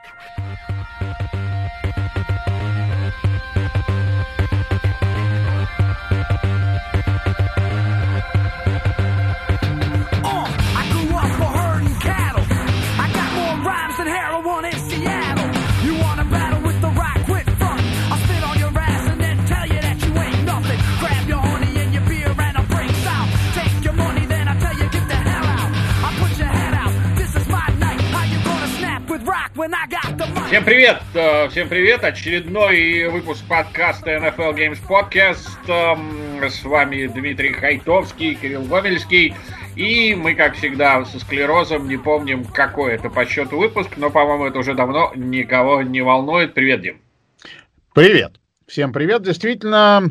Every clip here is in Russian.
Всем привет, очередной выпуск подкаста NFL Games Podcast. С вами Дмитрий Хайтовский, Кирилл Гомельский. И мы, как всегда, со склерозом не помним, какой это по счету выпуск, но, по-моему, это уже давно никого не волнует. Привет, Дим. Привет. Всем привет. Действительно,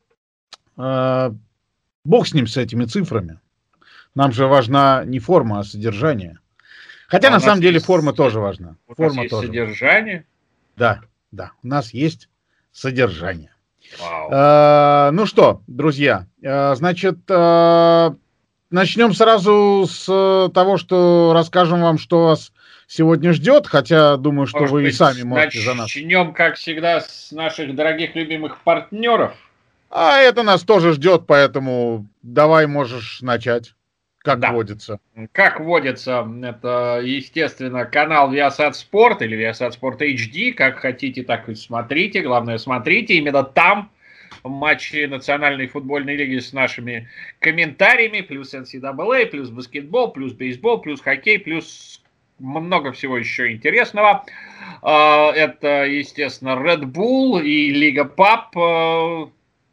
бог с ним, с этими цифрами. Нам же важна не форма, а содержание. Хотя, на самом деле, форма тоже важна. У нас есть содержание? Да, у нас есть содержание. Вау. Ну что, друзья, значит, начнем сразу с того, что расскажем вам, что вас сегодня ждет, хотя думаю, что Может вы быть, и сами можете за нас. Начнем, как всегда, с наших дорогих любимых партнеров. А это нас тоже ждет, поэтому давай можешь начать. Как водится. Как водится, это, естественно, канал Viasat Sport или Viasat Sport HD. Как хотите, так и смотрите. Главное, смотрите. Именно там матчи Национальной футбольной лиги с нашими комментариями. Плюс NCAA, плюс баскетбол, плюс бейсбол, плюс хоккей, плюс много всего еще интересного. Это, естественно, Red Bull и Лига Паб.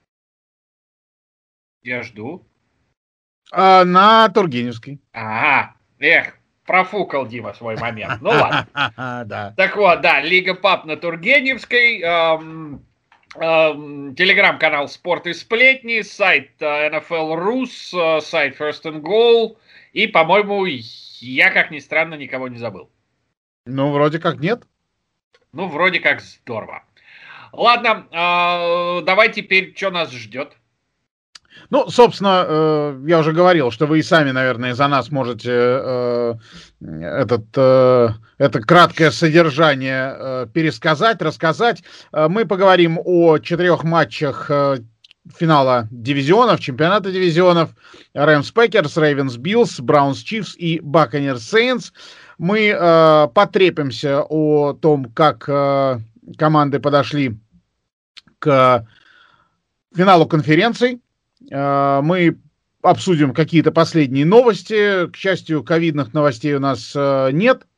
Я жду. На Тургеневской. Профукал Дима свой момент. Ну ладно. Да. Так вот, да, Лига Паб на Тургеневской, телеграм-канал «Спорт и сплетни», сайт NFL Rus, сайт First and Goal, и, по-моему, я, как ни странно, никого не забыл. Ну, вроде как нет. Ну, вроде как здорово. Ладно, давай теперь, что нас ждет. Ну, собственно, я уже говорил, что вы и сами, наверное, за нас можете это краткое содержание пересказать, рассказать. Мы поговорим о 4 матчах финала дивизионов, чемпионата дивизионов. Рэмс Пекерс, Рейвенс Биллс, Браунс Чифс и Баконерс Сейнтс. Мы потрепимся о том, как команды подошли к финалу конференций. Мы обсудим какие-то последние новости. К счастью, ковидных новостей у нас нет.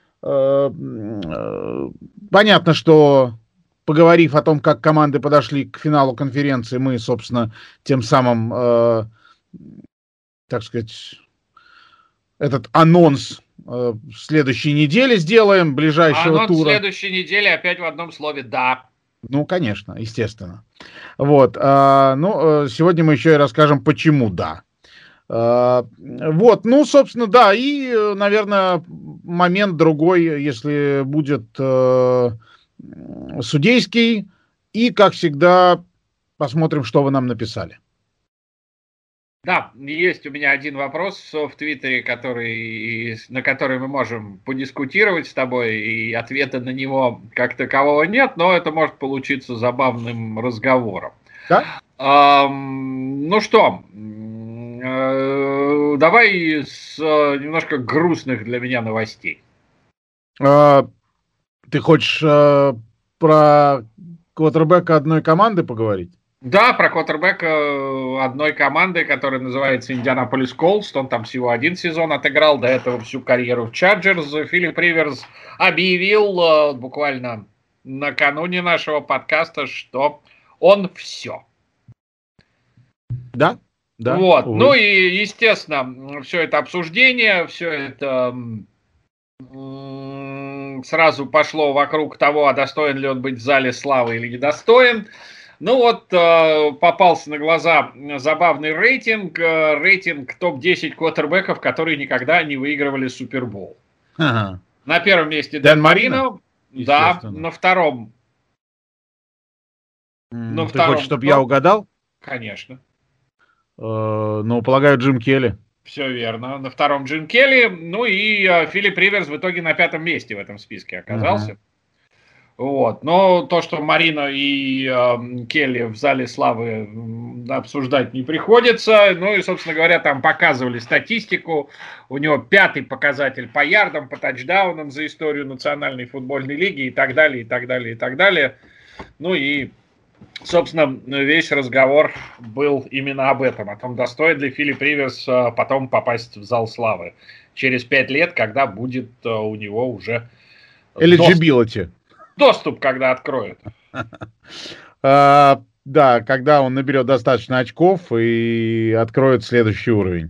Понятно, что, поговорив о том, как команды подошли к финалу конференции, мы, собственно, тем самым, так сказать, этот анонс следующей недели сделаем, ближайшего тура. Анонс следующей недели опять в одном слове «да». Ну, конечно, естественно. Вот. Сегодня мы еще и расскажем, почему да. Вот. Ну, собственно, да. И, наверное, момент другой, если будет судейский. И, как всегда, посмотрим, что вы нам написали. Да, есть у меня один вопрос в Твиттере, на который мы можем подискутировать с тобой, и ответа на него как такового нет, но это может получиться забавным разговором. Да? Ну что, давай с немножко грустных для меня новостей. Ты хочешь про квотербека одной команды поговорить? Да, про квотербека одной команды, которая называется Индианаполис Колтс. Он там всего один сезон отыграл, до этого всю карьеру в Чарджерс. Филипп Риверс объявил буквально накануне нашего подкаста, что он все. Да? Да. Вот. Ну и, естественно, все это обсуждение, все это сразу пошло вокруг того, а достоин ли он быть в зале славы или недостоин. Ну вот, попался на глаза забавный рейтинг топ-10 квотербеков, которые никогда не выигрывали Супербол. Ага. На первом месте Дэн Марино, да, на втором. Ты хочешь, чтобы я угадал? Конечно. Ну, полагаю, Джим Келли. Все верно. На втором Джим Келли. Ну и Филипп Риверс в итоге на 5-м месте в этом списке оказался. Вот. Но то, что Марина и Келли в зале славы обсуждать не приходится. Ну и, собственно говоря, там показывали статистику. У него 5-й показатель по ярдам, по тачдаунам за историю Национальной футбольной лиги и так далее, и так далее, и так далее. Ну и, собственно, весь разговор был именно об этом. О том, достоин ли Филипп Риверс потом попасть в зал славы через 5 лет, когда будет у него уже eligibility. Доступ, когда откроют. Да, когда он наберет достаточно очков и откроет следующий уровень.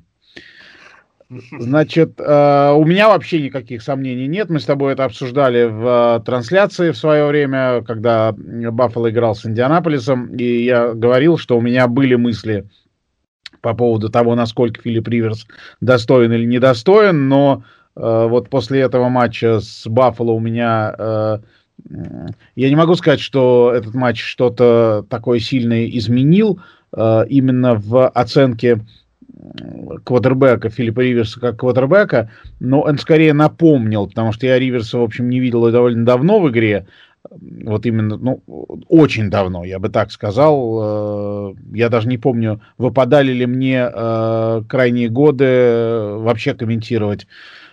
Значит, у меня вообще никаких сомнений нет. Мы с тобой это обсуждали в трансляции в свое время, когда Баффало играл с Индианаполисом, и я говорил, что у меня были мысли по поводу того, насколько Филипп Риверс достоин или недостоин, но вот после этого матча с Баффало у меня... Я не могу сказать, что этот матч что-то такое сильное изменил именно в оценке квотербека, Филиппа Риверса как квотербека, но он скорее напомнил, потому что я Риверса, в общем, не видел довольно давно в игре, вот именно, ну, очень давно, я бы так сказал. Я даже не помню, выпадали ли мне крайние годы вообще комментировать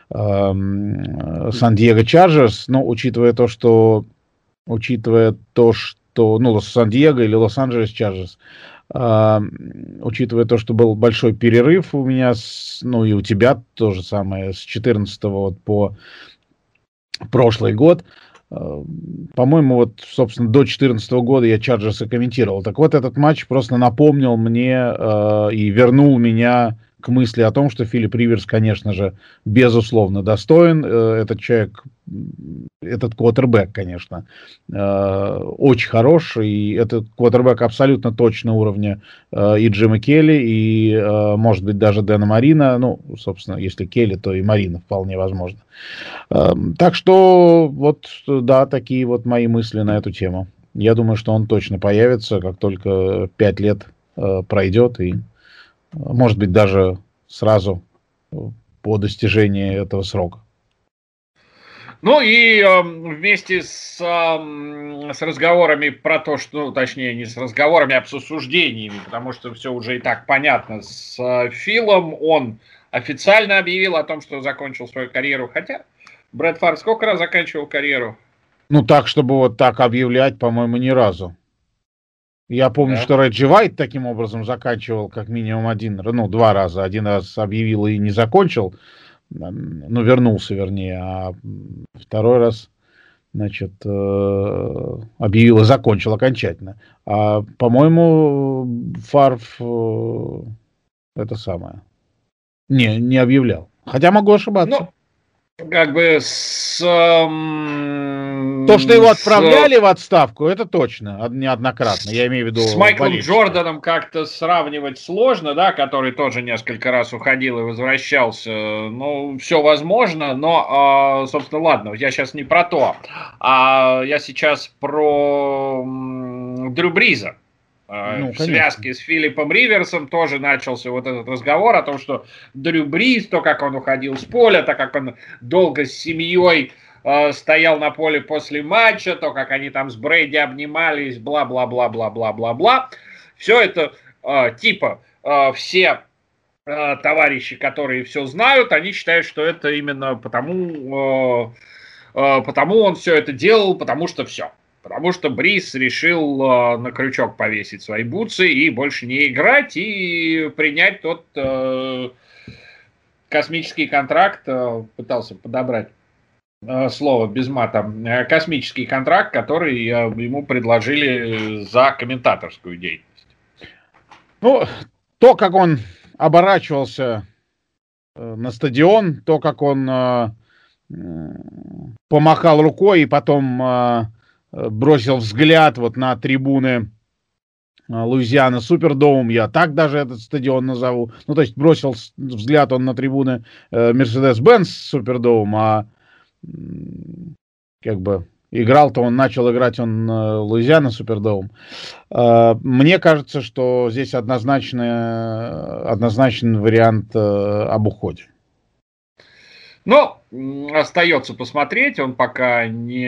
Сан-Диего Чарджерс, но учитывая то, что ну, Сан-Диего или Лос-Анджелес Чарджерс, учитывая то, что был большой перерыв у меня, ну и у тебя то же самое, с 14 вот по прошлый год, по-моему, вот, собственно, до 2014 года я Чарджерса комментировал. Так вот, этот матч просто напомнил мне и вернул меня к мысли о том, что Филипп Риверс, конечно же, безусловно достоин. Этот человек, этот квотербек, конечно, очень хорош. И этот квотербек абсолютно точно уровня и Джима Келли, и, может быть, даже Дэна Марина. Ну, собственно, если Келли, то и Марина вполне возможно. Так что, вот, да, такие вот мои мысли на эту тему. Я думаю, что он точно появится, как только 5 лет пройдет, и может быть, даже сразу по достижении этого срока. Ну и вместе с разговорами про то, что, ну, точнее, не с разговорами, а с обсуждениями, потому что все уже и так понятно, с Филом он официально объявил о том, что закончил свою карьеру, хотя Брэд Фарр сколько раз заканчивал карьеру? Ну, так, чтобы вот так объявлять, по-моему, ни разу. Я помню, Да. что Реджи Уайт таким образом заканчивал как минимум два раза. Один раз объявил и не закончил, ну, вернулся, вернее, а второй раз, значит, объявил и закончил окончательно. А, по-моему, Фарф это самое не объявлял. Хотя могу ошибаться. Ну, как бы то, что его отправляли в отставку, это точно, неоднократно. Я имею в виду с Майклом Джорданом как-то сравнивать сложно, да, который тоже несколько раз уходил и возвращался. Ну, все возможно, но, собственно, ладно, я сейчас не про то. А я сейчас про Дрю Бриза. В связке с Филиппом Риверсом тоже начался вот этот разговор о том, что Дрю Бриз, то, как он уходил с поля, то, как он долго с семьей стоял на поле после матча, то, как они там с Брейди обнимались, бла-бла-бла-бла-бла-бла-бла. Все это все товарищи, которые все знают, они считают, что это именно потому он все это делал, потому что все. Потому что Бриз решил на крючок повесить свои бутсы и больше не играть, и принять тот космический контракт, пытался подобрать слово без мата, космический контракт, который ему предложили за комментаторскую деятельность. Ну, то, как он оборачивался на стадион, то, как он помахал рукой и потом бросил взгляд вот на трибуны Луизиана Супердоум, я так даже этот стадион назову. Ну, то есть бросил взгляд он на трибуны Мерседес-Бенц Супердоум, а как бы начал играть он Луизиана Супердоум. Мне кажется, что здесь однозначный вариант об уходе. Но остается посмотреть, он пока не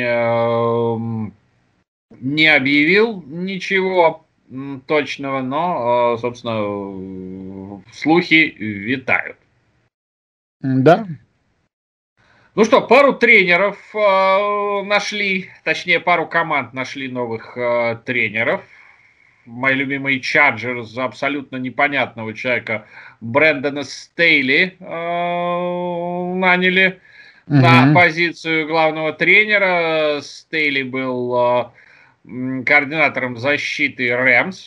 объявил ничего точного, но, собственно, слухи витают. Да. Ну что, пару тренеров нашли, точнее, пару команд нашли новых тренеров. Мои любимые Чарджерс за абсолютно непонятного человека Брэндона Стейли наняли на позицию главного тренера. Стейли был координатором защиты Рэмс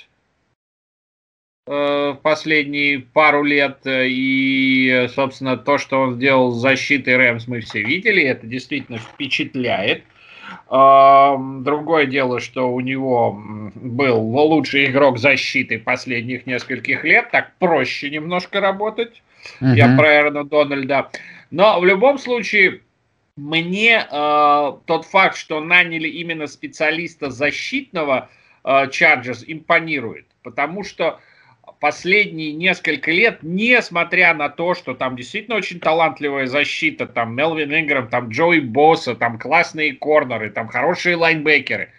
последние пару лет, и, собственно, то, что он сделал с защитой Рэмс, мы все видели, это действительно впечатляет. Другое дело, что у него был лучший игрок защиты последних нескольких лет, так проще немножко работать, я про Эрона Дональда, но в любом случае мне тот факт, что наняли именно специалиста защитного Чарджерс, импонирует, потому что последние несколько лет, несмотря на то, что там действительно очень талантливая защита, там Мелвин Инграм, там Джои Босса, там классные корнеры, там хорошие лайнбекеры,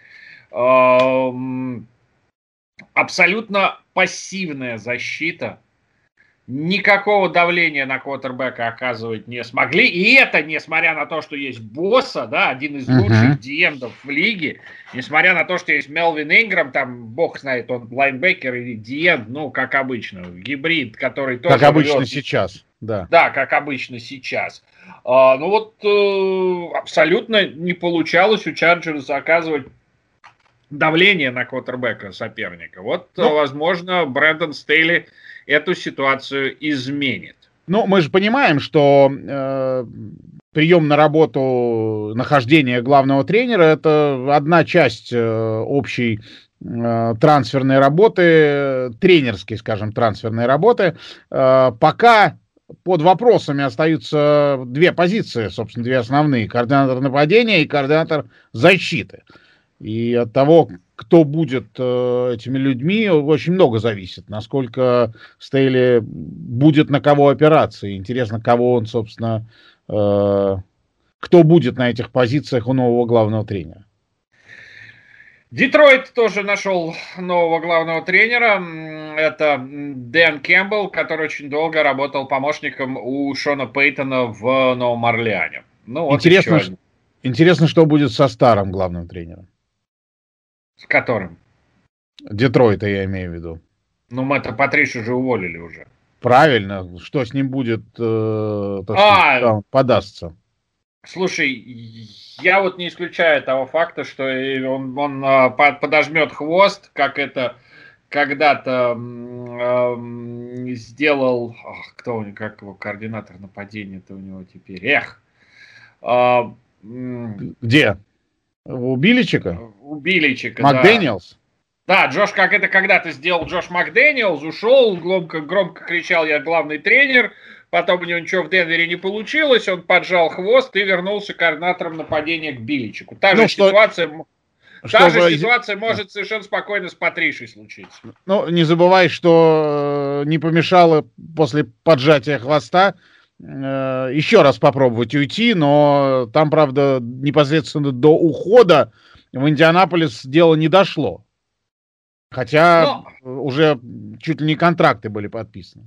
абсолютно пассивная защита, никакого давления на квотербека оказывать не смогли. И это несмотря на то, что есть Босса, да, один из лучших диэндов в лиге, несмотря на то, что есть Мелвин Инграм, там, бог знает, он лайнбекер или диэнд, ну, как обычно, гибрид, который тоже... Как обычно сейчас, да. Да, как обычно сейчас. Ну вот абсолютно не получалось у Чарджерс оказывать давление на квотербека соперника. Вот, возможно, Брэндон Стейли эту ситуацию изменит. Ну, мы же понимаем, что прием на работу, нахождение главного тренера — это одна часть общей трансферной работы, тренерской, скажем, трансферной работы. Пока под вопросами остаются две позиции, собственно, две основные: координатор нападения и координатор защиты. И от того, кто будет этими людьми, очень много зависит. Насколько Стейли будет на кого опираться. И интересно, кого он, собственно, кто будет на этих позициях у нового главного тренера. Детройт тоже нашел нового главного тренера. Это Дэн Кэмпбелл, который очень долго работал помощником у Шона Пейтона в Новом Орлеане. Ну, вот интересно, что будет со старым главным тренером. С которым? Детройта, я имею в виду. Ну, мы-то Патриши же уволили уже. Правильно. Что с ним будет, он подастся? Слушай, я вот не исключаю того факта, что он подожмет хвост, как это когда-то сделал... как его координатор нападения-то у него теперь? Где? У Биличика? У Биличика, Макдэниелс? Да, Джош, как это когда-то сделал Джош Макдэниелс, ушел, громко кричал: я главный тренер, потом у него ничего в Денвере не получилось, он поджал хвост и вернулся координатором нападения к Биличику. Та же ситуация может совершенно спокойно с Патришей случиться. Ну, не забывай, что не помешало после поджатия хвоста еще раз попробовать уйти, но там, правда, непосредственно до ухода в Индианаполис дело не дошло. Хотя уже чуть ли не контракты были подписаны.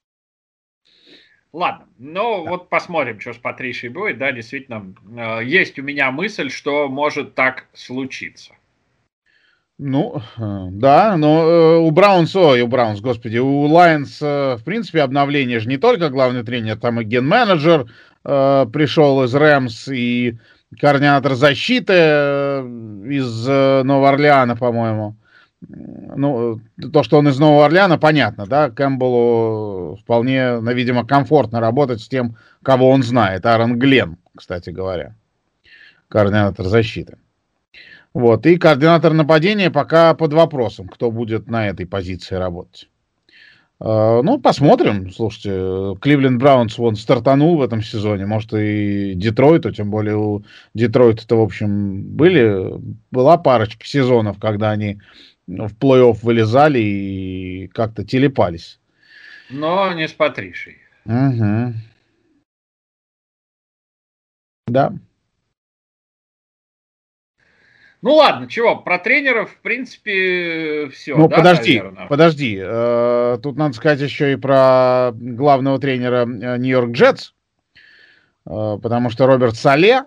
Ладно, вот посмотрим, что с Патришей будет. Да, действительно, есть у меня мысль, что может так случиться. Ну, да, но у Лайонс, в принципе, обновление же не только главный тренер, там и ген-менеджер пришел из Рэмс, и координатор защиты из Нового Орлеана, по-моему. Ну, то, что он из Нового Орлеана, понятно, да, Кэмпбеллу вполне, видимо, комфортно работать с тем, кого он знает. Аарон Гленн, кстати говоря, координатор защиты. Вот, и координатор нападения пока под вопросом, кто будет на этой позиции работать. Ну, посмотрим. Слушайте, Кливленд Браунс вон стартанул в этом сезоне. Может, и Детройту, тем более у Детройта-то, в общем, была парочка сезонов, когда они в плей-офф вылезали и как-то телепались. Но не с Патришей. Угу. Да. Ну ладно, чего, про тренеров, в принципе, все, Ну, да, подожди, наверное? подожди. Тут надо сказать еще и про главного тренера Нью-Йорк Джетс, потому что Роберт Сале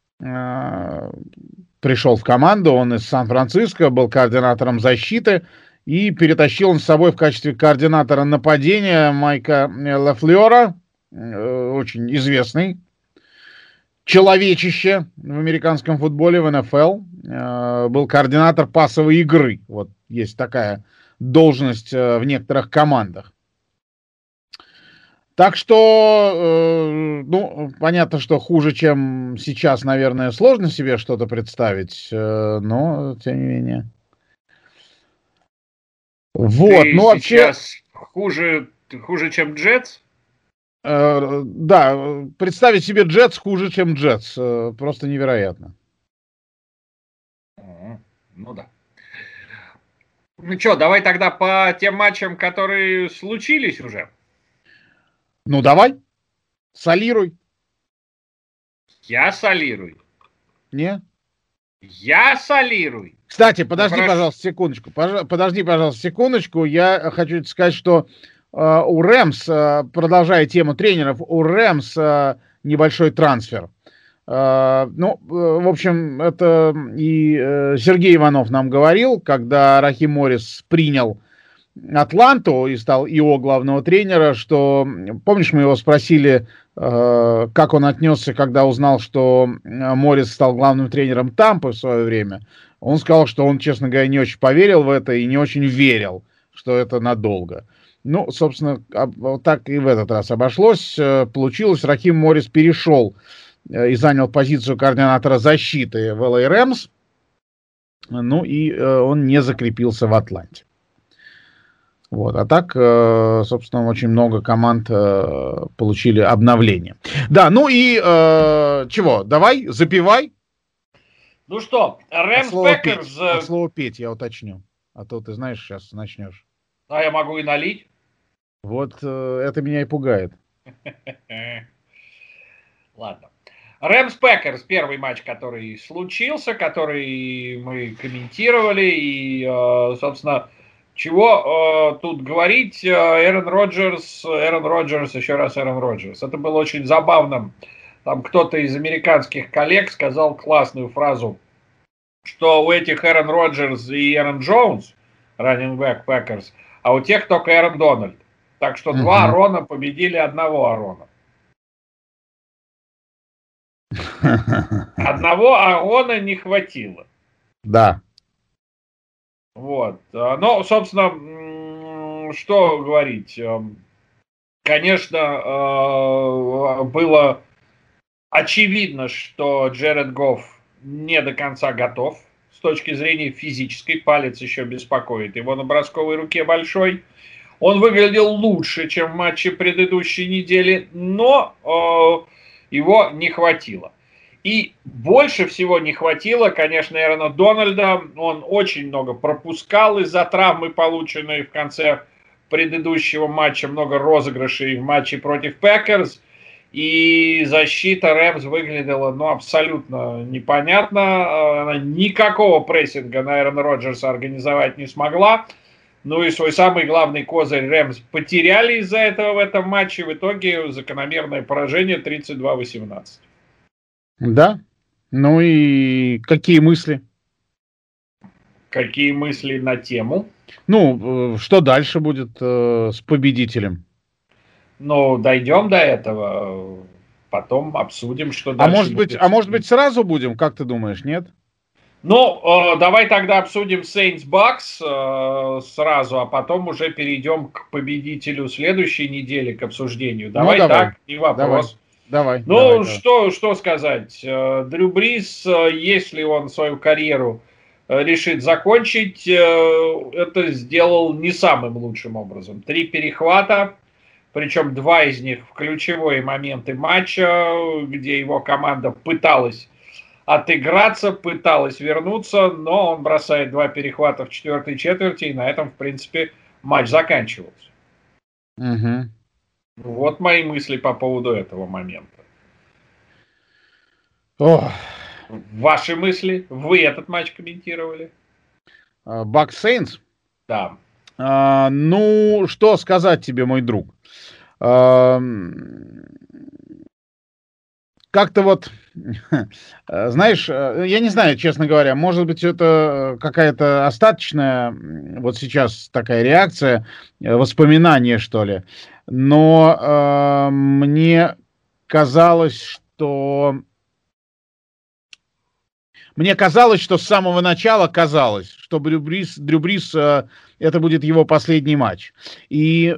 пришел в команду, он из Сан-Франциско, был координатором защиты, и перетащил он с собой в качестве координатора нападения Майка Лафлера, очень известный человечище в американском футболе, в НФЛ, был координатор пасовой игры. Вот есть такая должность в некоторых командах. Так что, ну, понятно, что хуже, чем сейчас, наверное, сложно себе что-то представить, но тем не менее. Вот, Ты ну вообще, сейчас хуже, чем Джетс? да, представить себе Джетс хуже, чем Джетс, просто невероятно. Ну да. Ну что, давай тогда по тем матчам, которые случились уже. Ну давай, солируй. Я солирую. Не? Я солирую. Кстати, подожди, Ну, пожалуйста, секундочку. Подожди, пожалуйста, секундочку. Я хочу сказать, что у Рэмс, продолжая тему тренеров, у Рэмс небольшой трансфер. Ну, в общем, это и Сергей Иванов нам говорил, когда Рахим Моррис принял Атланту и стал ИО главного тренера, что, помнишь, мы его спросили, как он отнесся, когда узнал, что Моррис стал главным тренером Тампы в свое время. Он сказал, что он, честно говоря, не очень поверил в это и не очень верил, что это надолго. Ну, собственно, вот так и в этот раз обошлось. Получилось, Рахим Моррис перешел и занял позицию координатора защиты в LA Rams. Ну и он не закрепился в Атланте. Вот. А так, собственно, очень много команд получили обновление. Да, ну и чего, давай, запивай. Ну что, Рэмс Пекерс... От слова петь я уточню. А то ты знаешь, сейчас начнешь. А я могу и налить. Вот это меня и пугает. Ладно. Рэмс Пекерс, первый матч, который случился, который мы комментировали. И, собственно, чего тут говорить? Эрон Роджерс, еще раз Эрон Роджерс. Это было очень забавно. Там кто-то из американских коллег сказал классную фразу, что у этих Эрон Роджерс и Эрон Джонс, раннингбэк Пекерс, а у тех только Эрон Дональд. Так что два Арона победили одного Арона. Одного Арона не хватило. Да. Вот. Ну, собственно, что говорить? Конечно, было очевидно, что Джеред Гофф не до конца готов с точки зрения физической. Палец еще беспокоит его на бросковой руке большой. Он выглядел лучше, чем в матче предыдущей недели, но его не хватило. И больше всего не хватило, конечно, Эрона Дональда. Он очень много пропускал из-за травмы, полученной в конце предыдущего матча. Много розыгрышей в матче против Пекерс. И защита Рэмс выглядела абсолютно непонятно. Она никакого прессинга на Эрона Роджерса организовать не смогла. Ну и свой самый главный козырь Рэмс потеряли из-за этого в этом матче. В итоге закономерное поражение 32-18. Да. Ну и какие мысли? Какие мысли на тему? Ну, что дальше будет с победителем? Ну, дойдем до этого, потом обсудим, что дальше будет. А может быть сразу будем, как ты думаешь, нет? Ну, давай тогда обсудим Saints Bucks сразу, а потом уже перейдем к победителю следующей недели, к обсуждению. Давай, давай. Так, и вопрос. Давай. Что сказать? Дрю Брис, если он свою карьеру решит закончить, это сделал не самым лучшим образом. 3 перехвата, причем 2 из них в ключевые моменты матча, где его команда пыталась отыграться, пыталась вернуться, но он бросает 2 перехвата в 4-й четверти, и на этом, в принципе, матч заканчивался. Угу. Вот мои мысли по поводу этого момента. Ох. Ваши мысли? Вы этот матч комментировали? Бакс Сейнс? Да. Ну, что сказать тебе, мой друг? Как-то вот, знаешь, я не знаю, честно говоря, может быть, это какая-то остаточная вот сейчас такая реакция, воспоминание, что ли. Но мне казалось, что с самого начала казалось, что Дрю Брис это будет его последний матч. И,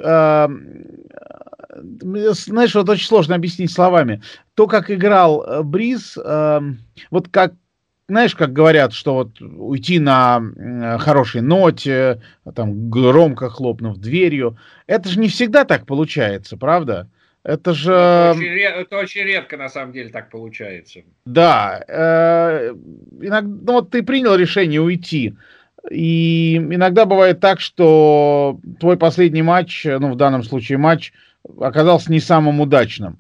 знаешь, вот очень сложно объяснить словами. То, как играл Бриз, вот как, знаешь, как говорят, что вот уйти на хорошей ноте, там, громко хлопнув дверью, это же не всегда так получается, правда? Это же... Это очень редко, на самом деле, так получается. Да. Иногда, ну, вот ты принял решение уйти. И иногда бывает так, что твой последний матч, ну, в данном случае матч, оказался не самым удачным.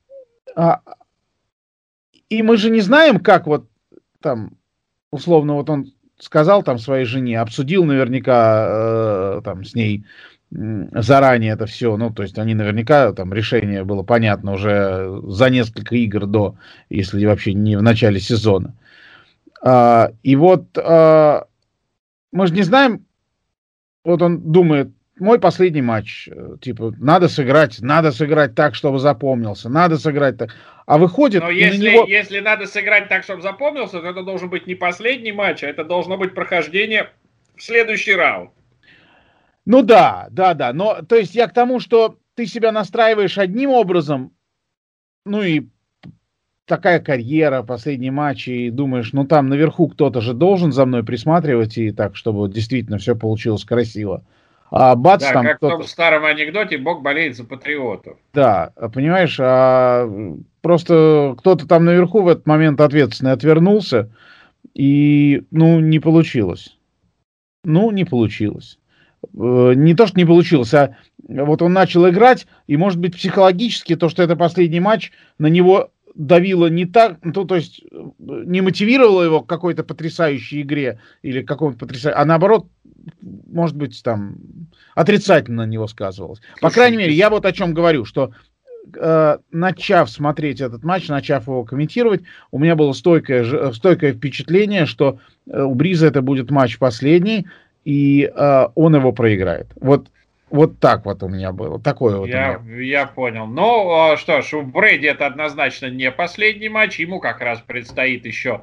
И мы же не знаем, как вот там, условно, вот он сказал там своей жене, обсудил наверняка там с ней заранее это все, ну, то есть они наверняка, там, решение было понятно уже за несколько игр до, если вообще не в начале сезона. И вот мы же не знаем, вот он думает, мой последний матч, типа, надо сыграть так, чтобы запомнился, надо сыграть так. А выходит, но если надо сыграть так, чтобы запомнился, то это должен быть не последний матч, а это должно быть прохождение в следующий раунд. Ну да, но то есть я к тому, что ты себя настраиваешь одним образом, ну и такая карьера, последний матч, и думаешь, ну там наверху кто-то же должен за мной присматривать, и так, чтобы действительно все получилось красиво. А бац, да, там как в том старом анекдоте, Бог болеет за патриотов. Да, понимаешь, просто кто-то там наверху в этот момент ответственный отвернулся, и, ну, не получилось. Не получилось. Не то, что не получилось, а вот он начал играть, и, может быть, психологически то, что это последний матч, на него давило не так, ну, то есть не мотивировало его к какой-то потрясающей игре или какому-то потрясающему, а наоборот, может быть, там отрицательно на него сказывалось. Слушай, по крайней мере, я вот о чем говорю, что начав смотреть этот матч, начав его комментировать, у меня было стойкое впечатление, что у Бриза это будет матч последний, и он его проиграет. Вот так вот у меня было. Такое вот я понял. Ну, что ж, у Брэди это однозначно не последний матч. Ему как раз предстоит еще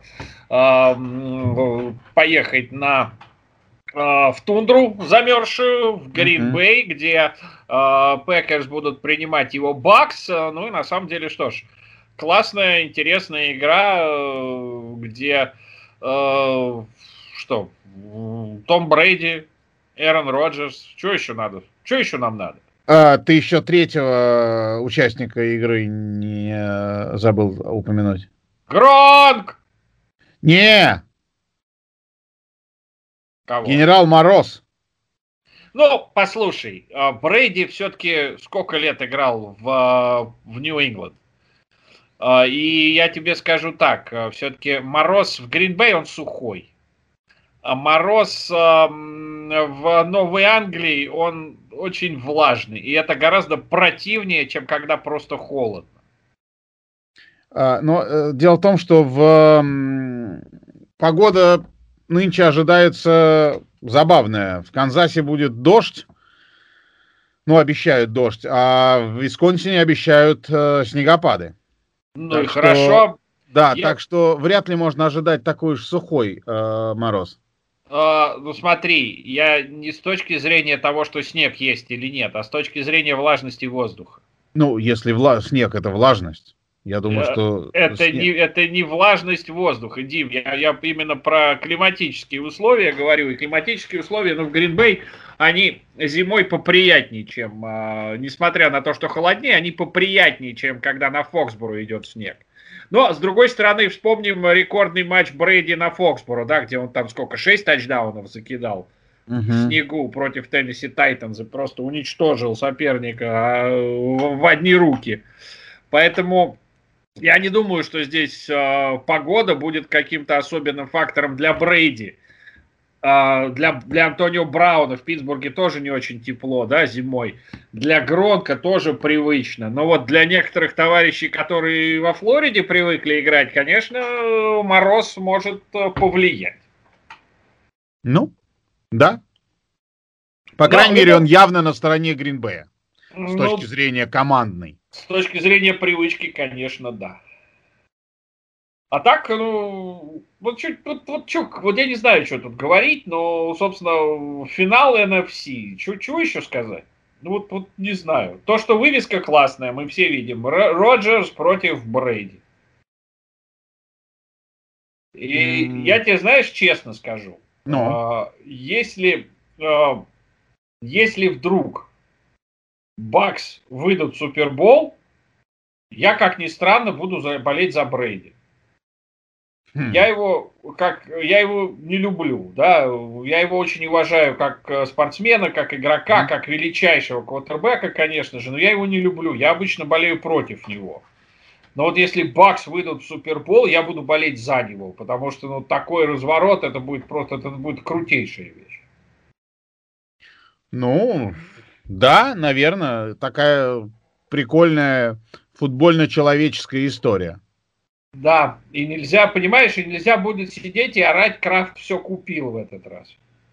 поехать в тундру замерзшую, в Грин-Бэй, где Пэкерс будут принимать его Бакс. Ну и на самом деле, что ж, классная, интересная игра, где Том Брэди, Эрон Роджерс. Что еще надо? Что еще нам надо? Ты еще третьего участника игры не забыл упомянуть. Гронк! Не! Кого? Генерал Мороз. Ну, послушай, Брэди все-таки сколько лет играл в Нью-Ингланд? И я тебе скажу так, все-таки Мороз в Грин-Бэй, он сухой. А Мороз в Новой Англии, он очень влажный. И это гораздо противнее, чем когда просто холодно. Но дело в том, что погода нынче ожидается забавная. В Канзасе будет дождь. Ну, обещают дождь. А в Висконсине обещают снегопады. Ну так и хорошо. Да, так что вряд ли можно ожидать такой уж сухой мороз. Ну смотри, я не с точки зрения того, что снег есть или нет, а с точки зрения влажности воздуха. Ну, если снег это влажность. Я думаю, что... Это не влажность воздуха, Дим. Я именно про климатические условия говорю. И климатические условия, в Грин-Бэй, они зимой поприятнее, чем, несмотря на то, что холоднее, они поприятнее, чем когда на Фоксборо идет снег. Но, с другой стороны, вспомним рекордный матч Брейди на Фоксборо, да, где он там 6 тачдаунов закидал в снегу против Теннесси Тайтанс и просто уничтожил соперника в одни руки. Поэтому я не думаю, что здесь погода будет каким-то особенным фактором для Брейди. Для Антонио Брауна в Питтсбурге тоже не очень тепло, да, зимой. Для Гронка тоже привычно. Но вот для некоторых товарищей, которые во Флориде привыкли играть, конечно, мороз может повлиять. Ну, да. По крайней мере, он явно на стороне Грин-Бэя. С точки зрения командной. С точки зрения привычки, конечно, да. А так, я не знаю, что тут говорить, но, собственно, финал NFC. Чего еще сказать? Не знаю. То, что вывеска классная, мы все видим. Роджерс против Брейди. И я тебе, знаешь, честно скажу. Если вдруг Бакс выйдут в Супербол, я, как ни странно, буду болеть за Брейди. Я его не люблю, да, я его очень уважаю как спортсмена, как игрока, как величайшего квотербека, конечно же, но я его не люблю, я обычно болею против него. Но вот если Бакс выйдут в Супербол, я буду болеть за него, потому что такой разворот, это будет крутейшая вещь. Да, наверное, такая прикольная футбольно-человеческая история. Да, и нельзя будет сидеть и орать, Крафт все купил в этот раз.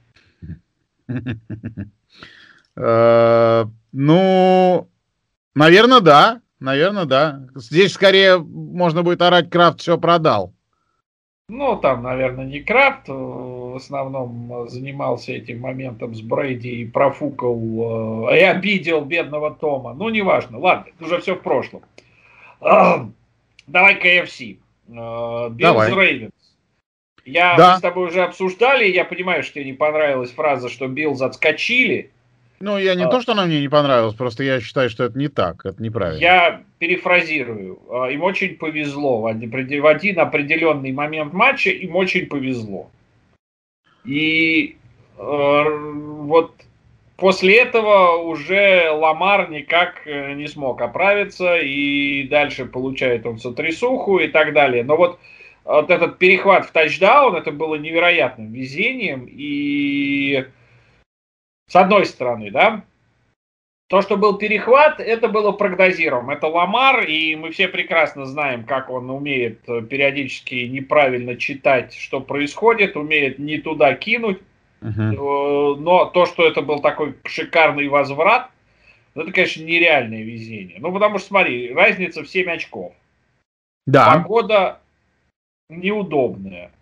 Наверное, да. Здесь скорее можно будет орать, Крафт все продал. Там, наверное, не Крафт в основном занимался этим моментом с Брейди и профукал, и обидел бедного Тома. Неважно, ладно, это уже все в прошлом. Давай KFC. Биллс Рейвенс. Мы с тобой уже обсуждали, я понимаю, что тебе не понравилась фраза, что Биллс отскочили. Я не то, что она мне не понравилась, просто я считаю, что это не так, это неправильно. Я перефразирую. Им очень повезло. В один определенный момент матча им очень повезло. И вот после этого уже Ламар никак не смог оправиться, и дальше получает он сотрясуху и так далее. Но вот этот перехват в тачдаун, это было невероятным везением, и с одной стороны, да, то, что был перехват, это было прогнозируемо. Это Ламар, и мы все прекрасно знаем, как он умеет периодически неправильно читать, что происходит, умеет не туда кинуть. Но то, что это был такой шикарный возврат, это, конечно, нереальное везение. Потому что, смотри, разница в 7 очков. Да. Погода неудобная.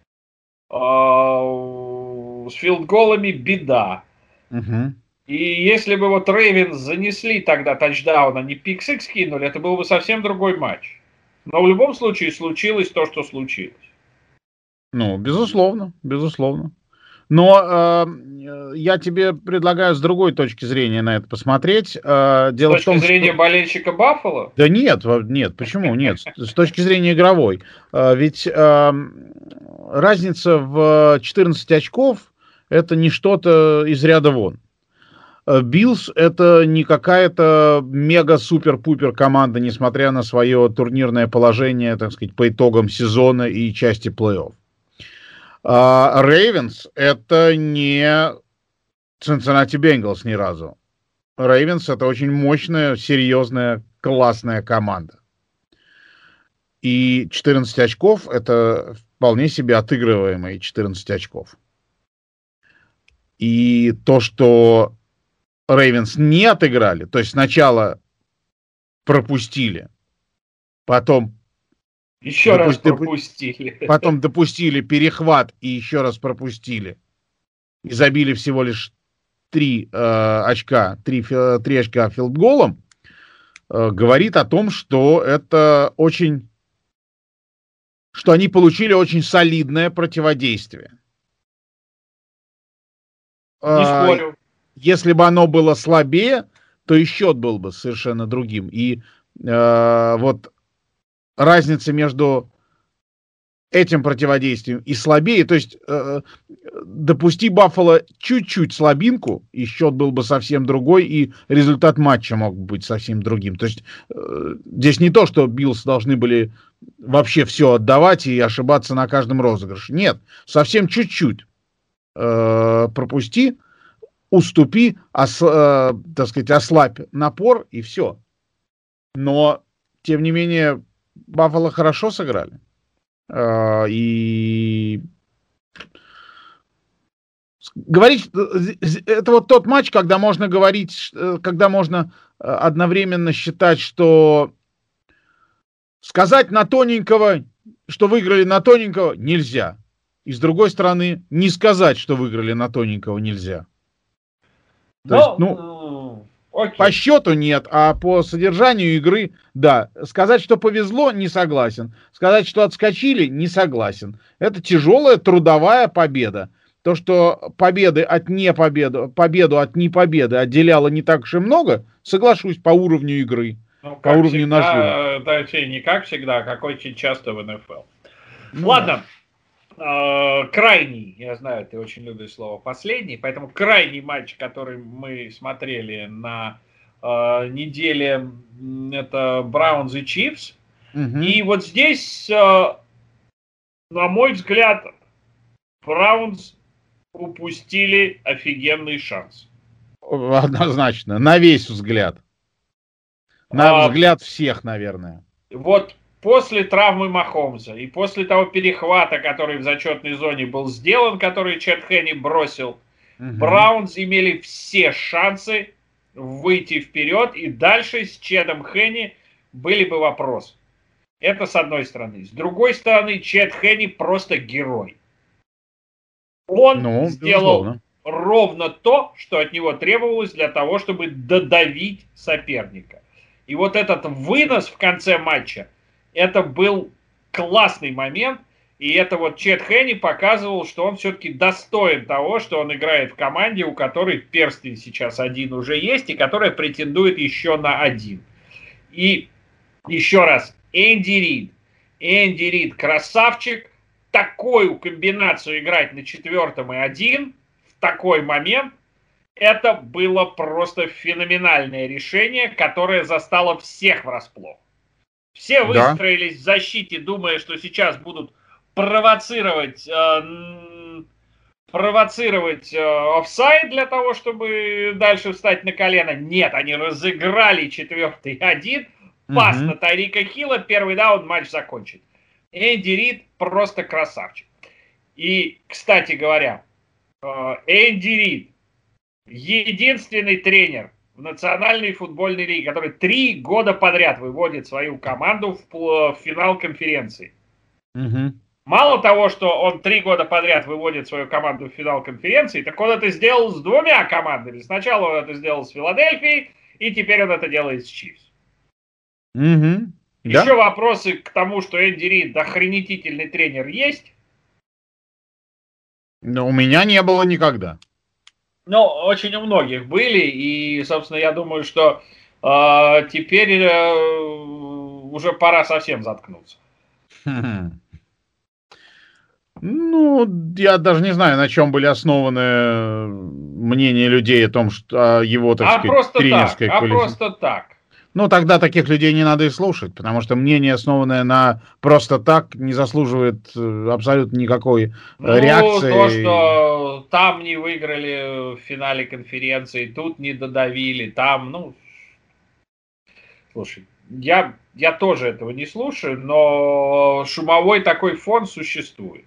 С филдголами беда. И если бы Рейвенс занесли тогда тачдаун, а не пик-6 кинули, это был бы совсем другой матч. Но в любом случае случилось то, что случилось. Безусловно. Но я тебе предлагаю с другой точки зрения на это посмотреть. Дело с точки зрения болельщика Баффало? Да нет, почему нет? С точки зрения игровой. Ведь разница в 14 очков это не что-то из ряда вон. Биллс это не какая-то мега-супер-пупер команда, несмотря на свое турнирное положение, так сказать, по итогам сезона и части плей-офф. Рейвенс это не Cincinnati Bengals ни разу. Рейвенс это очень мощная, серьезная, классная команда. И 14 очков это вполне себе отыгрываемые 14 очков. И то, что Рейвенс не отыграли, то есть сначала пропустили, потом еще раз пропустили. Потом допустили перехват и еще раз пропустили. И забили всего лишь 3 очка филдголом. говорит о том, что это что они получили очень солидное противодействие. Не спорю. Если бы оно было слабее, то и счет был бы совершенно другим. И вот разница между этим противодействием и слабее, то есть допусти Баффало чуть-чуть слабинку, и счет был бы совсем другой, и результат матча мог быть совсем другим. То есть здесь не то, что Биллс должны были вообще все отдавать и ошибаться на каждом розыгрыше. Нет, совсем чуть-чуть пропусти, уступи, так сказать, ослабь напор, и все. Но, тем не менее, Баффало хорошо сыграли. И говорить, это вот тот матч, когда можно говорить, когда можно одновременно считать, что сказать на тоненького, что выиграли на тоненького, нельзя. И с другой стороны, не сказать, что выиграли на тоненького, нельзя. То есть, по счету нет, а по содержанию игры, да. Сказать, что повезло, не согласен. Сказать, что отскочили, не согласен. Это тяжелая трудовая победа. То, что победу от непобеды отделяло не так уж и много, соглашусь, по уровню игры, по уровню нажима. Да, не как всегда, а как очень часто в НФЛ. Ладно. Крайний, я знаю, ты очень любишь слово последний, поэтому крайний матч, который мы смотрели на неделе, это Браунс и Чифс. И вот здесь, на мой взгляд, Браунс упустили офигенный шанс. Однозначно, на весь взгляд. На взгляд всех, наверное. Вот после травмы Махомса и после того перехвата, который в зачетной зоне был сделан, который Чет Хенни бросил, Браунс имели все шансы выйти вперед, и дальше с Чедом Хенни были бы вопросы. Это с одной стороны. С другой стороны, Чет Хенни просто герой. Он сделал ровно то, что от него требовалось для того, чтобы додавить соперника. И вот этот вынос в конце матча, это был классный момент, и это вот Чет Хенни показывал, что он все-таки достоин того, что он играет в команде, у которой перстень сейчас один уже есть, и которая претендует еще на один. И еще раз, Энди Рид. Энди Рид красавчик. Такую комбинацию играть на 4-1 в такой момент, это было просто феноменальное решение, которое застало всех врасплох. Все выстроились в защите, думая, что сейчас будут провоцировать офсайд для того, чтобы дальше встать на колено. Нет, они разыграли 4-1. Пас на Тайрика Хилла, первый даун, матч закончен. Энди Рид просто красавчик. И, кстати говоря, Энди Рид единственный тренер в Национальной футбольной лиге, который 3 года подряд выводит свою команду в финал конференции. Мало того, что он 3 года подряд выводит свою команду в финал конференции, так он это сделал с 2 командами. Сначала он это сделал с Филадельфией, и теперь он это делает с Чифс. Еще вопросы к тому, что Энди Рид охренетительный тренер, есть? Но у меня не было никогда. Ну, очень у многих были, и, собственно, я думаю, что теперь уже пора совсем заткнуться. Ну, я даже не знаю, на чем были основаны мнения людей о том, что его, так сказать, тренерской квалификации. Просто так. Ну, тогда таких людей не надо и слушать, потому что мнение, основанное на просто так, не заслуживает абсолютно никакой реакции. То, что там не выиграли в финале конференции, тут не додавили, там, Слушай, я тоже этого не слушаю, но шумовой такой фон существует.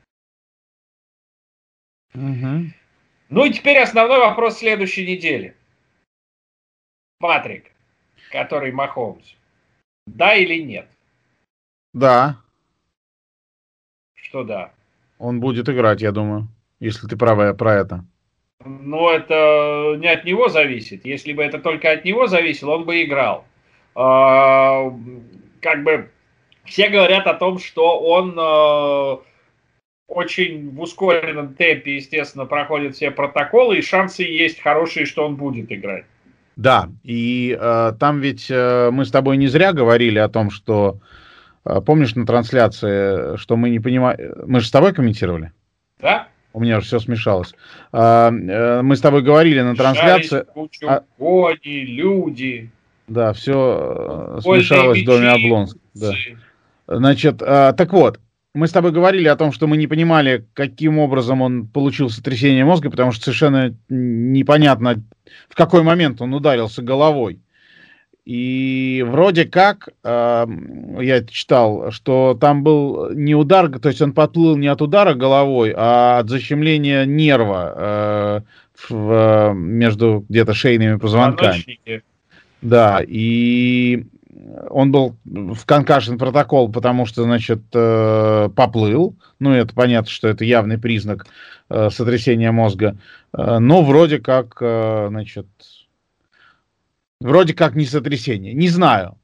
Ну и теперь основной вопрос следующей недели. Патрик, который Махомс. Да или нет? Да. Что да? Он будет играть, я думаю, если ты права про это. Но это не от него зависит. Если бы это только от него зависело, он бы играл. как бы все говорят о том, что он очень в ускоренном темпе, естественно, проходит все протоколы, и шансы есть хорошие, что он будет играть. Да, и там ведь мы с тобой не зря говорили о том, что, помнишь на трансляции, что мы не понимаем... Мы же с тобой комментировали? Да? У меня уже все смешалось. Мы с тобой говорили на трансляции... Кучу кони, люди. Да, все смешалось в доме Облонск. Да. Значит, так вот, мы с тобой говорили о том, что мы не понимали, каким образом он получил сотрясение мозга, потому что совершенно непонятно, в какой момент он ударился головой. И вроде как, я читал, что там был не удар, то есть он подплыл не от удара головой, а от защемления нерва между где-то шейными позвонками. Да, и он был в конкашн протокол, потому что, значит, поплыл. Ну, это понятно, что это явный признак сотрясения мозга. Но вроде как, значит, вроде как не сотрясение. Не знаю.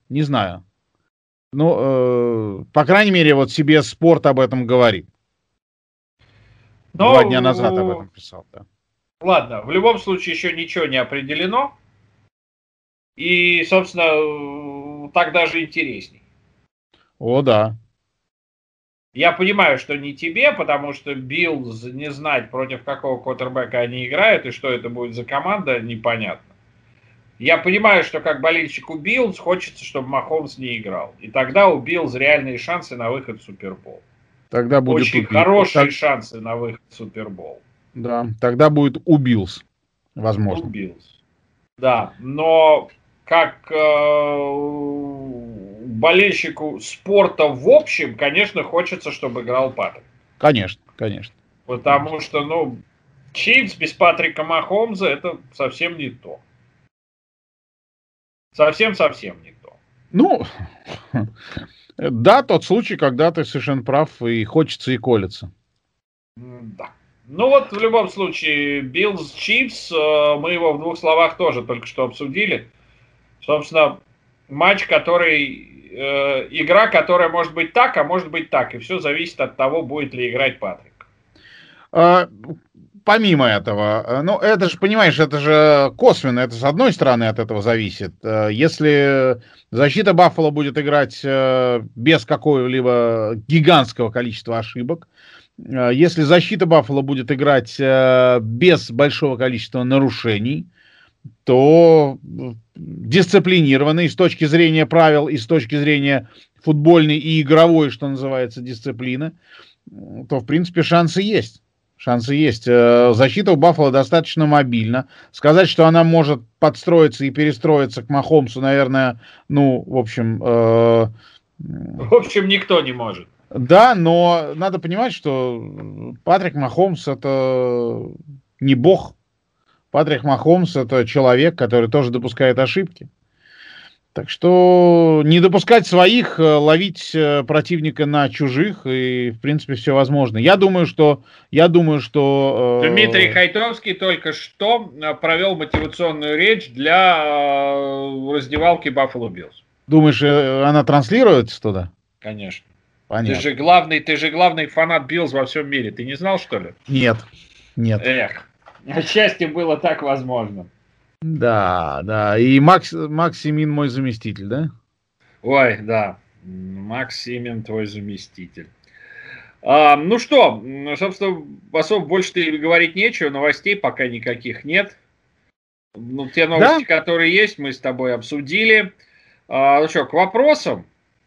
Ну, по крайней мере, вот себе спорт об этом говорит. 2 дня назад об этом писал, да. Ладно, в любом случае еще ничего не определено. И, собственно, так даже интересней. О, да. Я понимаю, что не тебе, потому что Биллз не знать, против какого квотербека они играют, и что это будет за команда, непонятно. Я понимаю, что как болельщику Биллз хочется, чтобы Махомс не играл. И тогда у Биллз реальные шансы на выход в Супербол. Тогда будет очень хорошие шансы на выход в Супербол. Да, тогда будет у Биллз, возможно. У Биллз. Да, но как болельщику спорта в общем, конечно, хочется, чтобы играл Патрик. Конечно. Потому что, ну, Чифс без Патрика Махомза это совсем не то. Совсем не то. Ну, да, тот случай, когда ты совершенно прав, и хочется, и колется. Да. Ну вот, в любом случае, Биллз Чифс, мы его в 2 словах тоже только что обсудили. Собственно, матч, игра, которая может быть так, а может быть так. И все зависит от того, будет ли играть Патрик. Помимо этого, ну, это же, понимаешь, это же косвенно, это с одной стороны от этого зависит. Если защита Баффало будет играть без какого-либо гигантского количества ошибок, если защита Баффало будет играть без большого количества нарушений, то дисциплинированный с точки зрения правил и с точки зрения футбольной и игровой, что называется, дисциплины, то, в принципе, шансы есть. Защита у Баффало достаточно мобильна. Сказать, что она может подстроиться и перестроиться к Махомсу, наверное, ну, в общем... В общем, никто не может. Да, но надо понимать, что Патрик Махомс — это не бог. Патрик Махомс — это человек, который тоже допускает ошибки. Так что не допускать своих, ловить противника на чужих, и, в принципе, все возможно. Я думаю, что... Дмитрий Хайтовский только что провел мотивационную речь для раздевалки Buffalo Bills. Думаешь, она транслируется туда? Конечно. Понятно. Ты же главный фанат Биллз во всем мире. Ты не знал, что ли? Нет. Эх, отчасти было так возможно. Да. И Макс Семин мой заместитель, да? Ой, да. Макс Семин твой заместитель. Ну что, собственно, особо больше-то говорить нечего. Новостей пока никаких нет. Ну, те новости, которые есть, мы с тобой обсудили. Ну что, к вопросам?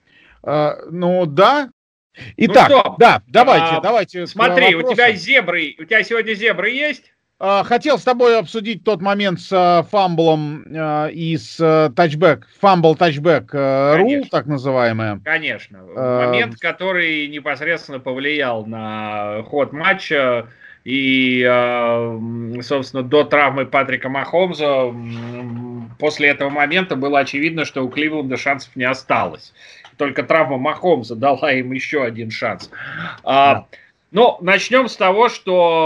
Ну да. Итак, ну что, да, давайте. Смотри, у тебя сегодня зебры есть? Хотел с тобой обсудить тот момент с фамблом и с тачбэк, фамбл-тачбэк рул, так называемое. Конечно. Момент, который непосредственно повлиял на ход матча. И, собственно, до травмы Патрика Махомза после этого момента было очевидно, что у Кливленда шансов не осталось. Только травма Махомза дала им еще один шанс. Да. Ну, начнем с того,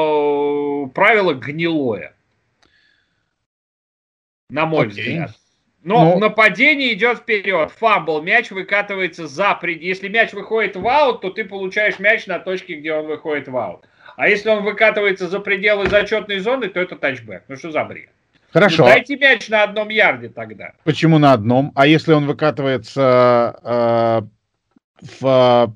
что правило гнилое. На мой взгляд. Но нападение идет вперед. Фамбл, мяч выкатывается за пределы. Если мяч выходит в аут, то ты получаешь мяч на точке, где он выходит в аут. А если он выкатывается за пределы зачетной зоны, то это тачбэк. Ну что за бред? Хорошо. Ну, дайте мяч на одном ярде тогда. Почему на одном? А если он выкатывается в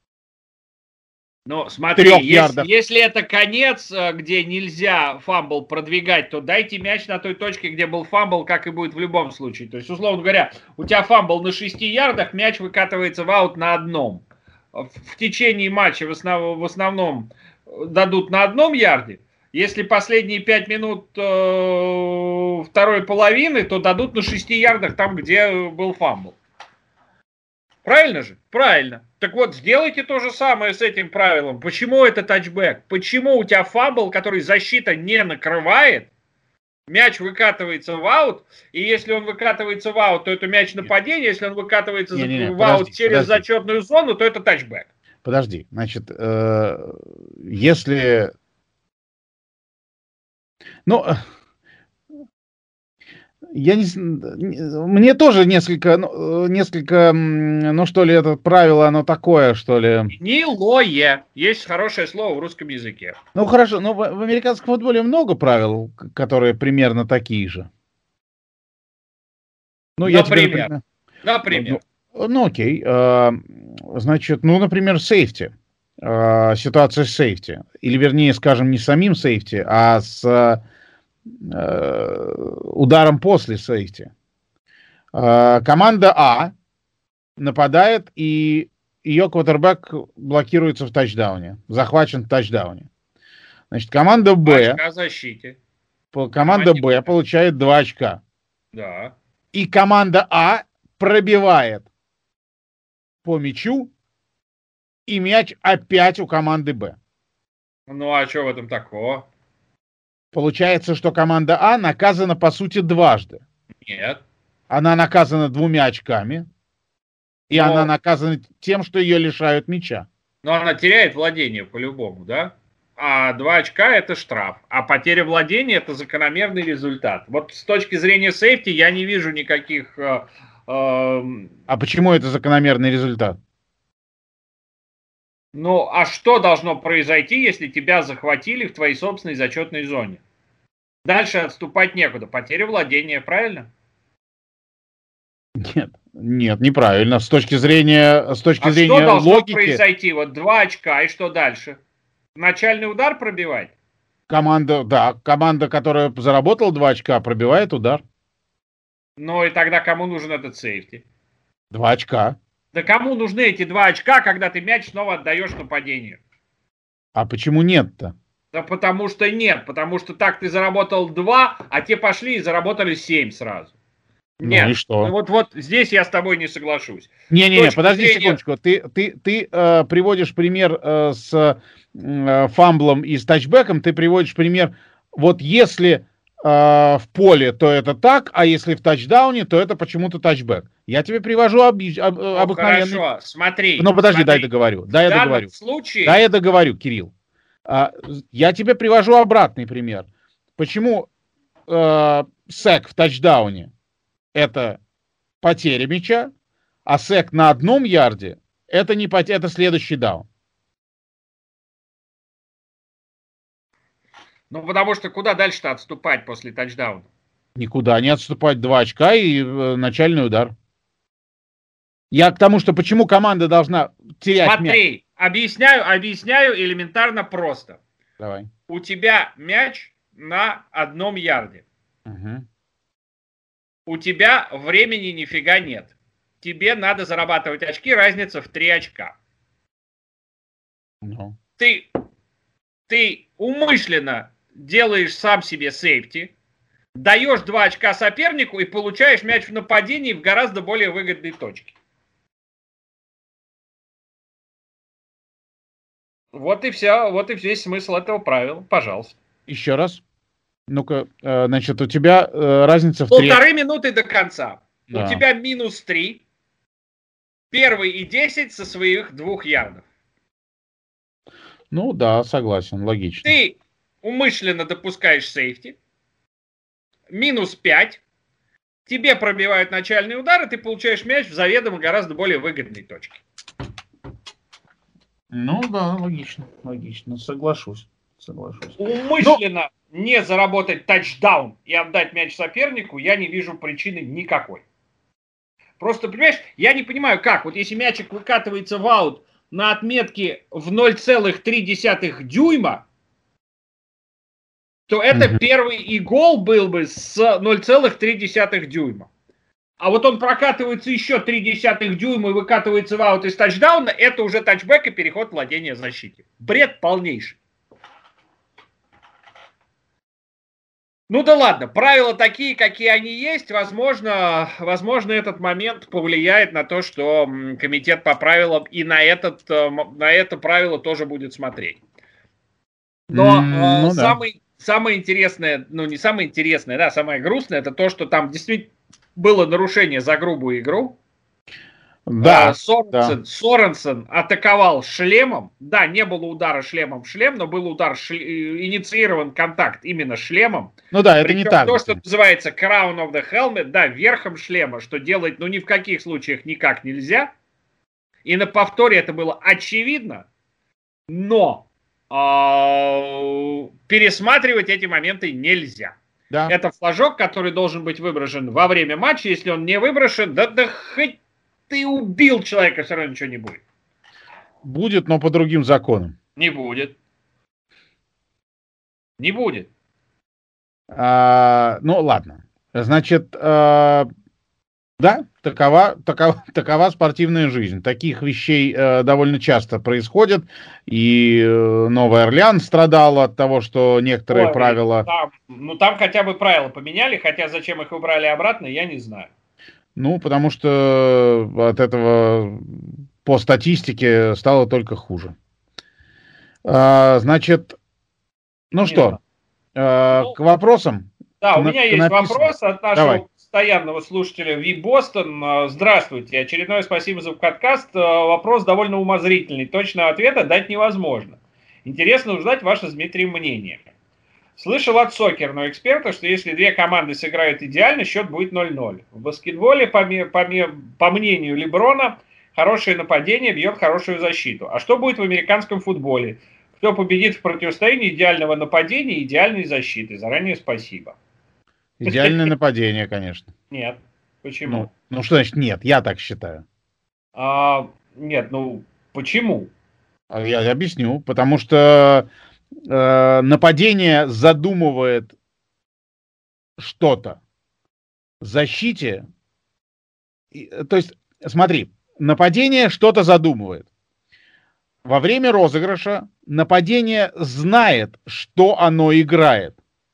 Ну, смотри, если это конец, где нельзя фамбл продвигать, то дайте мяч на той точке, где был фамбл, как и будет в любом случае. То есть, условно говоря, у тебя фамбл на 6 ярдах, мяч выкатывается в аут на одном. В течение матча в основном дадут на одном ярде. Если последние 5 минут второй половины, то дадут на 6 ярдах там, где был фамбл. Правильно же? Правильно. Так вот, сделайте то же самое с этим правилом. Почему это тачбэк? Почему у тебя фамбл, который защита не накрывает, мяч выкатывается в аут, и если он выкатывается в аут, то это мяч нападения, если он выкатывается в аут через зачетную зону, то это тачбэк. Подожди, значит, если... Ну, мне тоже несколько, ну что ли, это правило, оно такое, что ли. Гнилое. Есть хорошее слово в русском языке. Ну хорошо, но в американском футболе много правил, которые примерно такие же. Ну, например. Ну, окей. Значит, ну, например, сейфти. Ситуация с сейфти. Или, вернее, скажем, не самим сейфти, а с ударом после сейфти. Команда А нападает, и ее квотербек блокируется в тачдауне. Захвачен в тачдауне. Значит, команда Б... Команда Б получает 2 очка. Да. И команда А пробивает по мячу, и мяч опять у команды Б. Ну, а что в этом такого? Получается, что команда А наказана, по сути, дважды. Нет. Она наказана 2 очками, и она наказана тем, что ее лишают мяча. Но она теряет владение по-любому, да? А 2 очка это штраф. А потеря владения это закономерный результат. Вот с точки зрения сейфти я не вижу никаких... А почему это закономерный результат? Ну, а что должно произойти, если тебя захватили в твоей собственной зачетной зоне? Дальше отступать некуда. Потеря владения, правильно? Нет, неправильно. С точки зрения логики... что должно произойти? Вот 2 очка, и что дальше? Начальный удар пробивать? Команда, которая заработала 2 очка, пробивает удар. Ну и тогда кому нужен этот сейфти? 2 очка. Да кому нужны эти 2 очка, когда ты мяч снова отдаешь нападению? А почему нет-то? Да потому что нет, потому что так ты заработал 2, а те пошли и заработали 7 сразу. Нет, ну и что? Ну вот здесь я с тобой не соглашусь. Не, подожди секундочку. Ты приводишь пример с фамблом и с тачбэком, ты приводишь пример, вот если в поле, то это так, а если в тачдауне, то это почему-то тачбэк. Я тебе привожу обыкновенный... Хорошо, смотри. Ну подожди, дай договорю. Дай я договорю, Кирилл. Я тебе привожу обратный пример. Почему сэк в тачдауне это потеря мяча, а сэк на 1 ярде это не потеря, это следующий даун. Ну, потому что куда дальше-то отступать после тачдауна? Никуда не отступать, 2 очка и начальный удар. Я к тому, что почему команда должна терять мяч. Смотри, объясняю элементарно просто. Давай. У тебя мяч на 1 ярде. Угу. У тебя времени нифига нет. Тебе надо зарабатывать очки, разница в 3 очка. Ну. Ты умышленно делаешь сам себе сейфти, даешь 2 очка сопернику и получаешь мяч в нападении в гораздо более выгодной точке. Вот и весь смысл этого правила. Пожалуйста. Еще раз. Ну-ка, значит, у тебя разница в 1,5 минуты до конца. Да. У тебя -3. 1 и 10 со своих 2 ярдов. Ну да, согласен, логично. Ты умышленно допускаешь сейфти. -5. тебе пробивают начальный удар, и ты получаешь мяч в заведомо гораздо более выгодной точке. Ну да, логично, соглашусь. Умышленно не заработать тачдаун и отдать мяч сопернику я не вижу причины никакой. Просто, понимаешь, я не понимаю, как. Вот если мячик выкатывается в аут на отметке в 0,3 дюйма, то это первый и гол был бы с 0,3 дюйма. А вот он прокатывается еще 0,3 дюйма и выкатывается в аут из тачдауна, это уже тачбэк и переход владения защите. Бред полнейший. Ну да ладно, правила такие, какие они есть. Возможно, этот момент повлияет на то, что комитет по правилам и на это правило тоже будет смотреть. Но самое интересное, ну не самое интересное, да, самое грустное, это то, что там действительно было нарушение за грубую игру. Да, Соренсен атаковал шлемом. Да, не было удара шлемом в шлем, но был удар, инициирован контакт именно шлемом. Ну да, это причем не так. То, что называется crown of the helmet, да, верхом шлема, что делать, ну, ни в каких случаях никак нельзя. И на повторе это было очевидно, но пересматривать эти моменты нельзя. Да. Это флажок, который должен быть выброшен во время матча. Если он не выброшен, да хоть ты убил человека, все равно ничего не будет. Будет, но по другим законам. Не будет. Не будет. Ну, ладно. Значит, да, такова спортивная жизнь. Таких вещей довольно часто происходит. И Новый Орлеан страдал от того, что некоторые правила... Там хотя бы правила поменяли, хотя зачем их убрали обратно, я не знаю. Ну, потому что от этого по статистике стало только хуже. Значит, ну что, к вопросам? Да, у меня есть вопрос от нашего постоянного слушателя Ви Бостон. Здравствуйте, очередное спасибо за подкаст. Вопрос довольно умозрительный, точного ответа дать невозможно. Интересно узнать ваше с Дмитрием мнение. Слышал от сокерного эксперта, что если две команды сыграют идеально, счет будет 0-0. В баскетболе, по мнению Леброна, хорошее нападение бьет хорошую защиту. А что будет в американском футболе? Кто победит в противостоянии идеального нападения и идеальной защиты? Заранее спасибо. Идеальное нападение, конечно. Нет. Почему? Ну что значит нет? Я так считаю. Нет, ну почему? Я объясню. Потому что нападение задумывает что-то. В защите... То есть, смотри, нападение что-то задумывает. Во время розыгрыша нападение знает, что оно играет.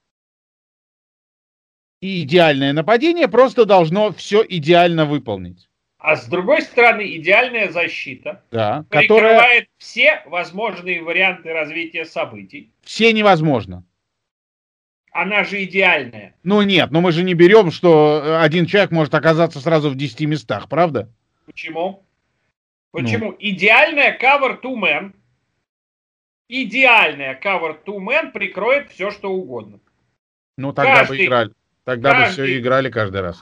И идеальное нападение просто должно все идеально выполнить. А с другой стороны, идеальная защита, да, перекрывает все возможные варианты развития событий. Все невозможно. Она же идеальная. Ну нет, но мы же не берем, что один человек может оказаться сразу в 10 местах, правда? Почему? Почему? Идеальная cover two man. Идеальная cover two man прикроет все, что угодно. Ну тогда бы играли. Тогда бы все играли каждый раз.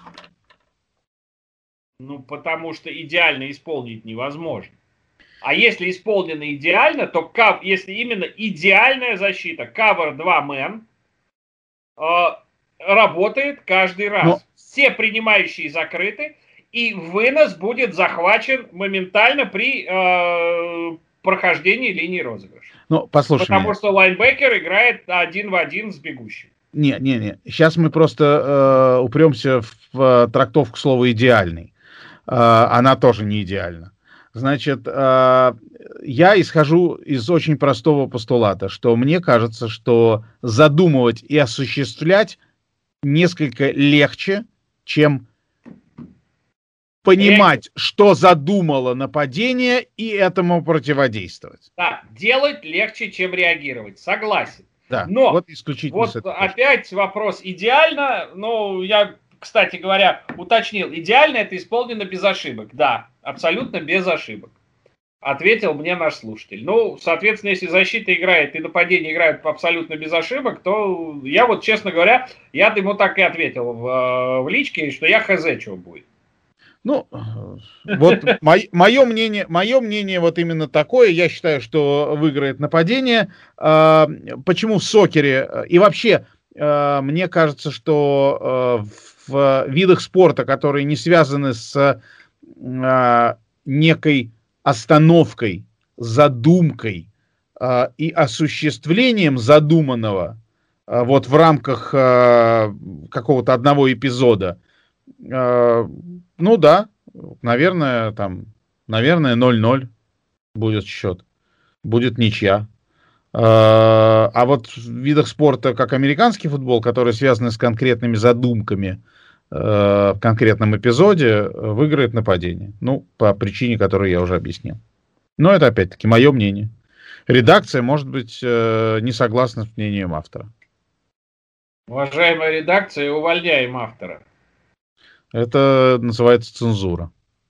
Ну, потому что идеально исполнить невозможно. А если исполнено идеально, то если именно идеальная защита, cover 2 man, работает каждый раз. Но... Все принимающие закрыты, и вынос будет захвачен моментально при прохождении линии розыгрыша. Ну, послушай Потому что лайнбекер играет 1 в 1 с бегущим. Не. Сейчас мы просто упремся в трактовку слова «идеальный». Она тоже не идеальна. Значит, я исхожу из очень простого постулата, что мне кажется, что задумывать и осуществлять несколько легче, чем понимать, что задумало нападение, и этому противодействовать. Да, делать легче, чем реагировать. Согласен. Да, но вот исключительно вот опять вопрос идеально, я, кстати говоря, уточнил, идеально это исполнено без ошибок. Да, абсолютно без ошибок. ответил мне наш слушатель. Ну, соответственно, если защита играет и нападение играют абсолютно без ошибок, то я вот, честно говоря, я ему так и ответил в личке, что я хз, что будет. Ну, вот мое мнение вот именно такое. Я считаю, что выиграет нападение. Почему в сокере? И вообще, мне кажется, что в видах спорта, которые не связаны с некой остановкой, задумкой и осуществлением задуманного вот в рамках какого-то одного эпизода, ну да, наверное, 0-0 будет счет. Будет ничья. А вот в видах спорта, как американский футбол, которые связаны с конкретными задумками в конкретном эпизоде, выиграет нападение. Ну, по причине, которую я уже объяснил. Но это, опять-таки, мое мнение. Редакция, может быть, не согласна с мнением автора. Уважаемая редакция, увольняем автора. Это называется цензура.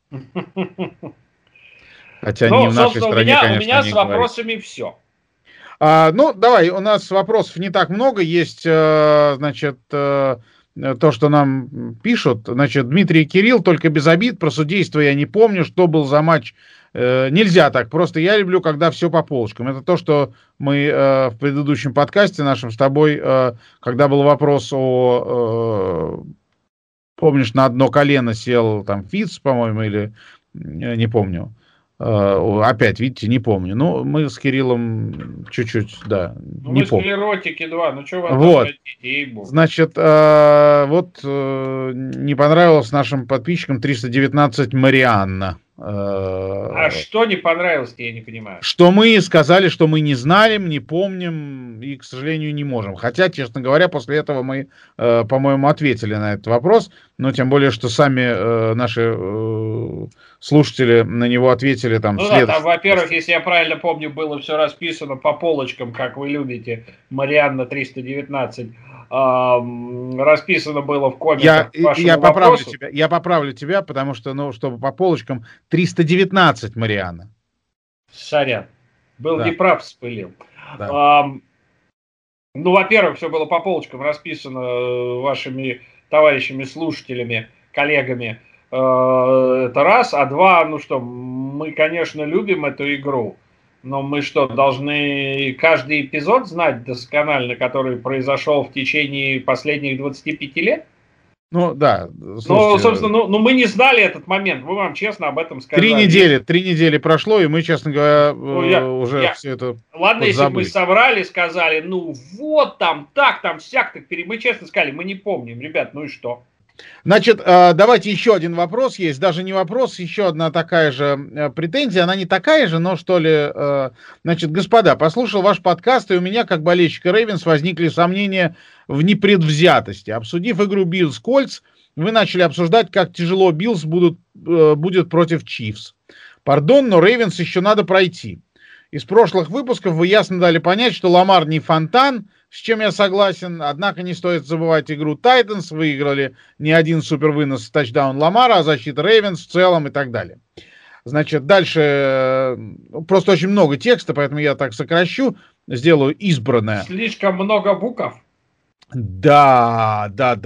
Хотя не в нашей стране, конечно, у меня с вопросами все. Ну, давай, у нас вопросов не так много. Есть, значит, то, что нам пишут. Значит, Дмитрий и Кирилл, только без обид, про судейство я не помню, что был за матч. Нельзя так, просто я люблю, когда все по полочкам. Это то, что мы в предыдущем подкасте нашем с тобой, когда был вопрос о... Помнишь, на одно колено сел там Фиц, по-моему, или не помню. Опять, видите, не помню. Ну, мы с Кириллом чуть-чуть, да, ну, не помню. Склеротики 2, ну что вы вот. хотите, ей-богу. Значит, вот не понравилось нашим подписчикам 319 Марианна. А что не понравилось, я не понимаю. Что мы сказали, что мы не знаем, не помним и, к сожалению, не можем. Хотя, честно говоря, после этого мы, по-моему, ответили на этот вопрос. Но тем более, что сами наши слушатели на него ответили там. Ну да, там, во-первых, если я правильно помню, было все расписано по полочкам, как вы любите, Марианна 319. Расписано было в комментах я поправлю тебя, потому что, ну, чтобы по полочкам, 319 Марианна. Сорян. Был да. неправ, вспылил. Да. Ну, во-первых, все было по полочкам расписано вашими товарищами, слушателями, коллегами. Это раз. А два, ну что, мы, конечно, любим эту игру. Но мы что, должны каждый эпизод знать досконально, который произошел в течение последних 25 лет? Ну, да. Слушайте, ну, собственно, мы не знали этот момент, мы вам честно об этом сказали. 3 недели прошло, и мы, честно говоря, уже все это ладно, если бы мы соврали, сказали, ну, вот там, так, там, сяк, так, мы честно сказали, мы не помним, ребят, ну и что? Значит, давайте еще один вопрос есть, даже не вопрос, еще одна такая же претензия, она не такая же, но что ли, значит, господа, послушал ваш подкаст, и у меня, как болельщика Рейвенс, возникли сомнения в непредвзятости. Обсудив игру Биллс-Кольтс, вы начали обсуждать, как тяжело Биллс будет против Чифс. Пардон, но Рейвенс еще надо пройти. Из прошлых выпусков вы ясно дали понять, что Ламар не фонтан, с чем я согласен, однако не стоит забывать игру Тайтанс, выиграли не один супервынос тачдаун Ламара, а защита Рейвенс в целом и так далее. Значит, дальше просто очень много текста, поэтому я так сокращу, сделаю избранное. Слишком много букв. Да.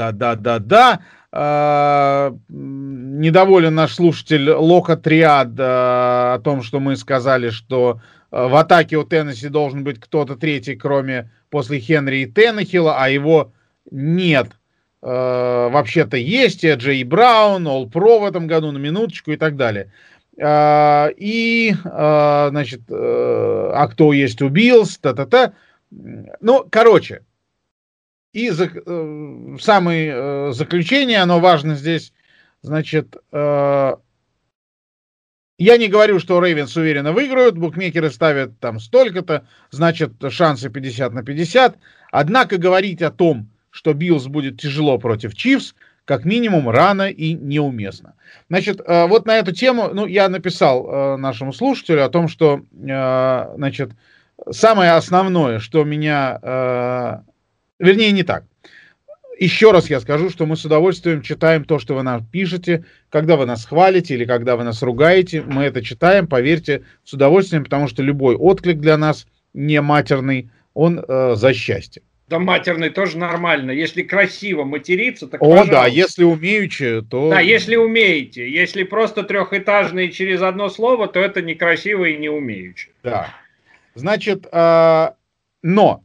Недоволен наш слушатель Лока Триад о том, что мы сказали, что в атаке у Теннесси должен быть кто-то третий, кроме после Хенри и Теннехилла, а его нет. Вообще-то есть Джей Браун, All-Pro в этом году, на минуточку и так далее. Значит, а кто есть у Биллс, та-та-та. Ну, короче, и самое заключение, оно важно здесь, значит, я не говорю, что Рейвенс уверенно выиграют, букмекеры ставят там столько-то, значит, шансы 50/50. Однако говорить о том, что Биллс будет тяжело против Чифс, как минимум рано и неуместно. Значит, вот на эту тему, ну, я написал нашему слушателю о том, что, значит, самое основное, что меня... Вернее, не так. Еще раз я скажу, что мы с удовольствием читаем то, что вы нам пишете, когда вы нас хвалите или когда вы нас ругаете. Мы это читаем, поверьте, с удовольствием, потому что любой отклик для нас не матерный, он за счастье. Да матерный тоже нормально. Если красиво материться, так пожалуйста. Да, пожалуйста. если умеючи, то... Да, если умеете. Если просто трехэтажный через одно слово, то это некрасиво и не умеючи. Да. Значит, но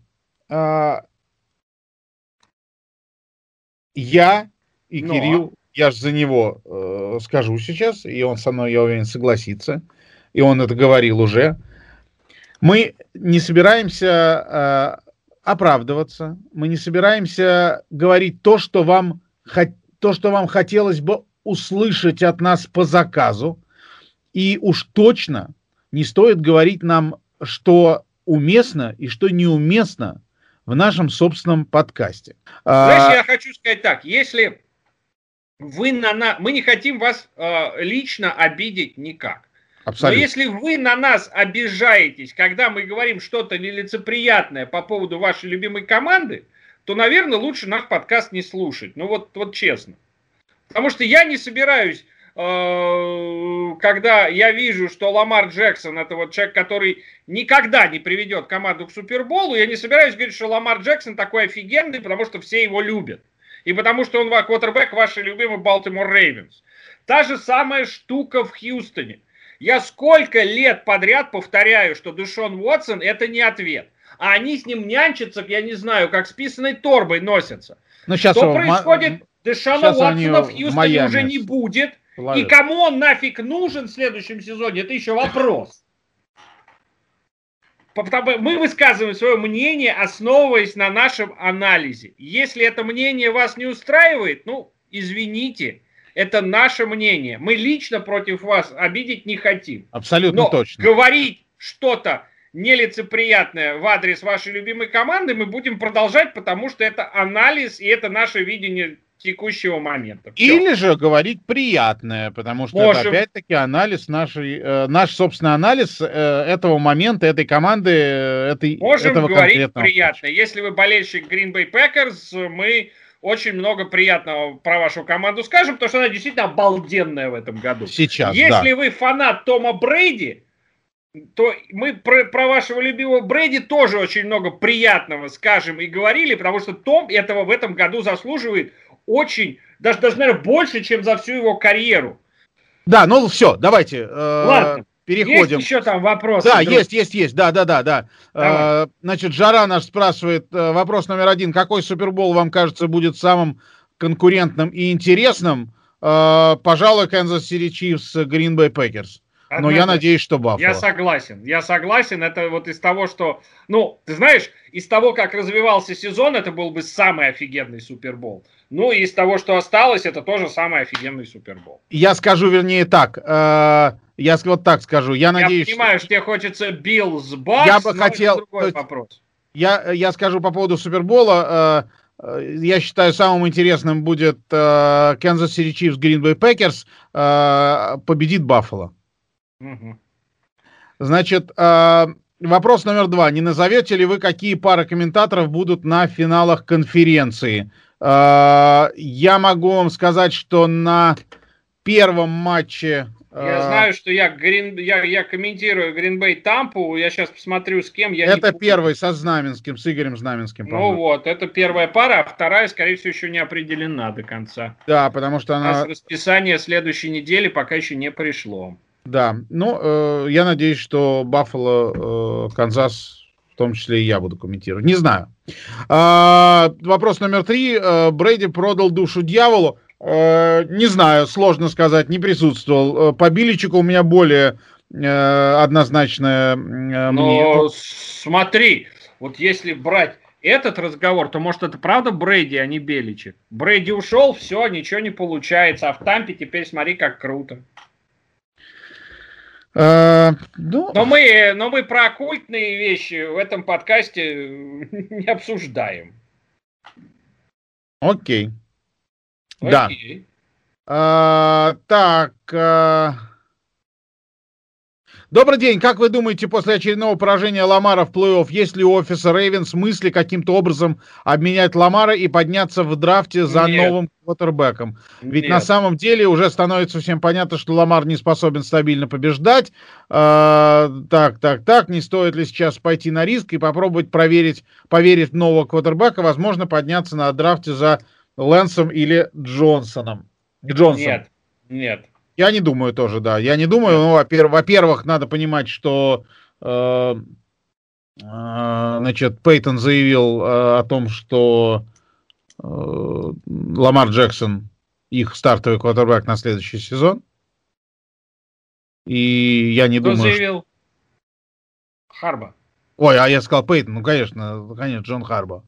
я и Кирилл, я же за него скажу сейчас, и он со мной, я уверен, согласится, и он это говорил уже. Мы не собираемся оправдываться, мы не собираемся говорить то, что вам хотелось бы услышать от нас по заказу, и уж точно не стоит говорить нам, что уместно и что неуместно в нашем собственном подкасте. Знаешь, я хочу сказать так, если вы мы не хотим вас лично обидеть никак. Абсолютно. Но если вы на нас обижаетесь, когда мы говорим что-то нелицеприятное по поводу вашей любимой команды, то, наверное, лучше наш подкаст не слушать. Ну вот честно. Потому что я не собираюсь, когда я вижу, что Ламар Джексон это вот человек, который никогда не приведет команду к Суперболу, я не собираюсь говорить, что Ламар Джексон такой офигенный, потому что все его любят. И потому что он квотербек вашей любимой Балтимор Рейвенс. Та же самая штука в Хьюстоне. Я сколько лет подряд повторяю, что Дэшон Уотсон это не ответ. А они с ним нянчатся, я не знаю, как с писаной торбой носятся. Но что происходит? Дэшона Уотсона в Хьюстоне уже не будет. И кому он нафиг нужен в следующем сезоне, это еще вопрос. Мы высказываем свое мнение, основываясь на нашем анализе. Если это мнение вас не устраивает, ну, извините. Это наше мнение. Мы лично против вас обидеть не хотим. Абсолютно точно. Говорить что-то нелицеприятное в адрес вашей любимой команды мы будем продолжать, потому что это анализ и это наше видение текущего момента. Все. Или же говорить приятное, потому что это опять-таки анализ наш собственный анализ этого момента, этой команды, Можем этого говорить приятное. Если вы болельщик Green Bay Packers, мы очень много приятного про вашу команду скажем, потому что она действительно обалденная в этом году. Сейчас, если вы фанат Тома Брейди, то мы про вашего любимого Брейди тоже очень много приятного скажем и говорили, потому что Том этого в этом году заслуживает очень, даже наверное, больше, чем за всю его карьеру. Да, ну все, давайте. Ладно. Переходим. Есть еще там вопросы? Да, друг? есть. Да. Значит, Жара наш спрашивает, вопрос номер 1. Какой Супербол вам кажется будет самым конкурентным и интересным? Пожалуй, Kansas City Chiefs, Green Bay Packers. Но я надеюсь, что Баффало. Я согласен. Это вот из того, что... Ну, ты знаешь, из того, как развивался сезон, это был бы самый офигенный Супербол. Ну, и из того, что осталось, это тоже самый офигенный Супербол. Я скажу, вернее, так. Я вот так скажу. Я надеюсь, понимаю, что тебе хочется Биллс, Бакс, я бы хотел... это другой вопрос. Я скажу по поводу Супербола. Я считаю, самым интересным будет Kansas City Chiefs, Green Bay Packers. Победит Баффало. Угу. Значит, вопрос номер 2. Не назовете ли вы, какие пары комментаторов будут на финалах конференции? Я могу вам сказать, что на первом матче... Я знаю, что я комментирую Green Bay Тампу. Я сейчас посмотрю, с кем. Это первый со Знаменским, с Игорем Знаменским. Ну вот, это первая пара, а вторая, скорее всего, еще не определена до конца. Да, потому что она... Расписание следующей недели пока еще не пришло. Да, ну, я надеюсь, что Баффало, Канзас, в том числе и я буду комментировать. Не знаю. Вопрос номер 3. Брейди продал душу дьяволу. Не знаю, сложно сказать, не присутствовал. По Биличику у меня более однозначное мнение. Но смотри, вот если брать этот разговор, то может это правда Брейди, а не Беличик. Брейди ушел, все, ничего не получается. А в Тампе теперь смотри, как круто. Но мы про оккультные вещи в этом подкасте не обсуждаем. Окей. Да. Так. Добрый день. Как вы думаете, после очередного поражения Ламара в плей-офф, есть ли у офиса Рейвенс мысли каким-то образом обменять Ламара и подняться в драфте за новым квотербеком? Ведь на самом деле уже становится всем понятно, что Ламар не способен стабильно побеждать. Так. Не стоит ли сейчас пойти на риск и попробовать поверить в нового квотербека, возможно, подняться на драфте за Лэнсом или Джонсоном? Нет. Я не думаю тоже, да. Я не думаю. Ну, во-первых, надо понимать, что значит, Пейтон заявил о том, что Ламар Джексон их стартовый квотербек на следующий сезон. И я не думаю... Кто заявил? Харбо. Ой, а я сказал Пейтон. Ну, конечно, Джон Харбо.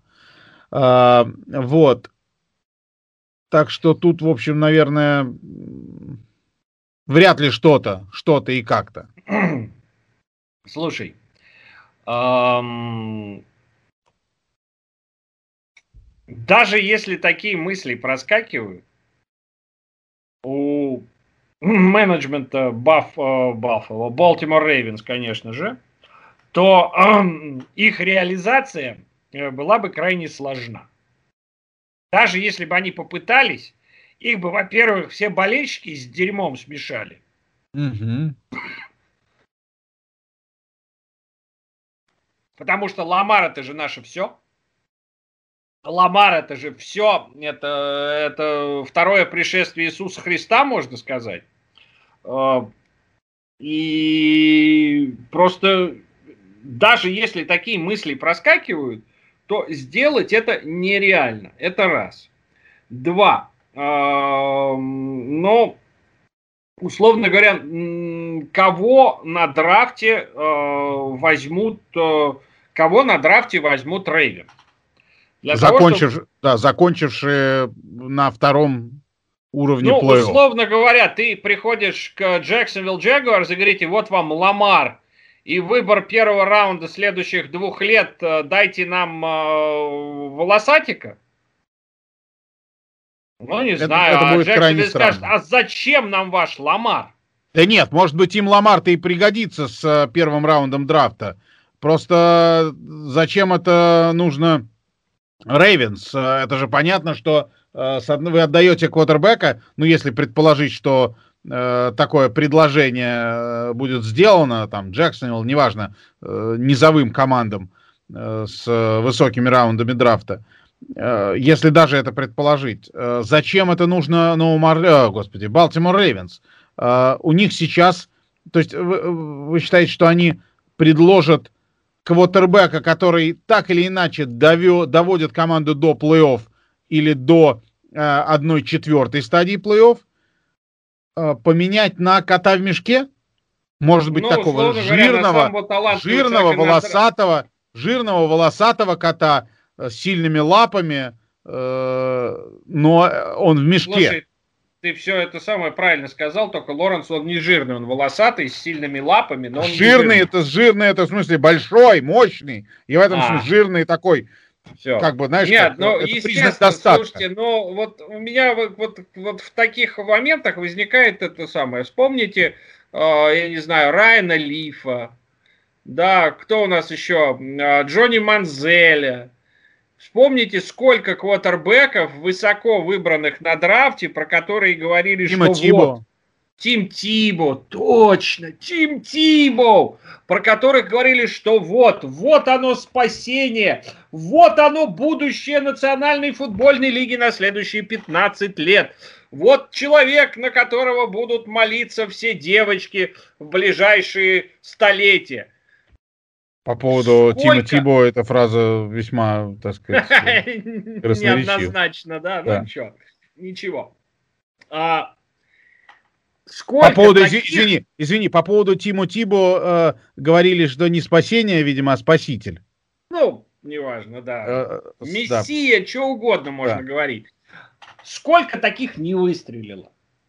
Вот. Так что тут, в общем, наверное... Вряд ли что-то и как-то. Слушай, даже если такие мысли проскакивают у менеджмента Баффало, Балтимор Рейвенс, конечно же, то их реализация была бы крайне сложна. Даже если бы они попытались, их бы, во-первых, все болельщики с дерьмом смешали. Угу. Потому что Ламар это же наше все. Ламар это же все. Это второе пришествие Иисуса Христа, можно сказать. И просто даже если такие мысли проскакивают, то сделать это нереально. Это раз. Два. Но, условно говоря, кого на драфте возьмут Рейвен? Закончившие на втором уровне плей-офф. Ну, условно говоря, ты приходишь к Джексонвилл Джагуарс и говорите, вот вам Ламар и выбор первого раунда следующих 2 лет, дайте нам волосатика. Ну, не знаю, это будет крайне странно. Скажет, а зачем нам ваш Ламар? Да нет, может быть, им Ламар-то и пригодится с первым раундом драфта. Просто зачем это нужно Рейвенс? Это же понятно, что вы отдаете квотербека, ну, если предположить, что такое предложение будет сделано, там, Джексонвилл, неважно, низовым командам с высокими раундами драфта, если даже это предположить, зачем это нужно Балтимор Рейвенс? У них сейчас, то есть вы считаете, что они предложат квотербека, который так или иначе доводит команду до плей-офф или до 1/4 стадии плей-офф, поменять на кота в мешке? Может быть, такого жирного, волосатого кота, с сильными лапами, но он в мешке. Слушай, ты все это самое правильно сказал, только Лоренс, он не жирный, он волосатый, с сильными лапами, но он жирный, это в смысле большой, мощный, и в этом смысле жирный такой, все. Как бы, знаешь, нет, ну, это признак достатка. Слушайте, ну, вот у меня вот в таких моментах возникает это самое, вспомните, я не знаю, Райана Лифа, да, кто у нас еще, Джонни Манзеля. Вспомните, сколько квотербеков высоко выбранных на драфте, про которые говорили, Тим Тибо, точно, Тим Тибо, про которых говорили, что вот оно спасение, вот оно будущее Национальной футбольной лиги на следующие 15 лет. Вот человек, на которого будут молиться все девочки в ближайшие столетия. По поводу Тима Тибо эта фраза весьма, так сказать, красноречива. Неоднозначно, да, ну ничего. По поводу, извини, по поводу Тима Тибо говорили, что не спасение, видимо, а спаситель. Ну, неважно, да. Мессия, что угодно можно говорить. Сколько таких не выстрелило?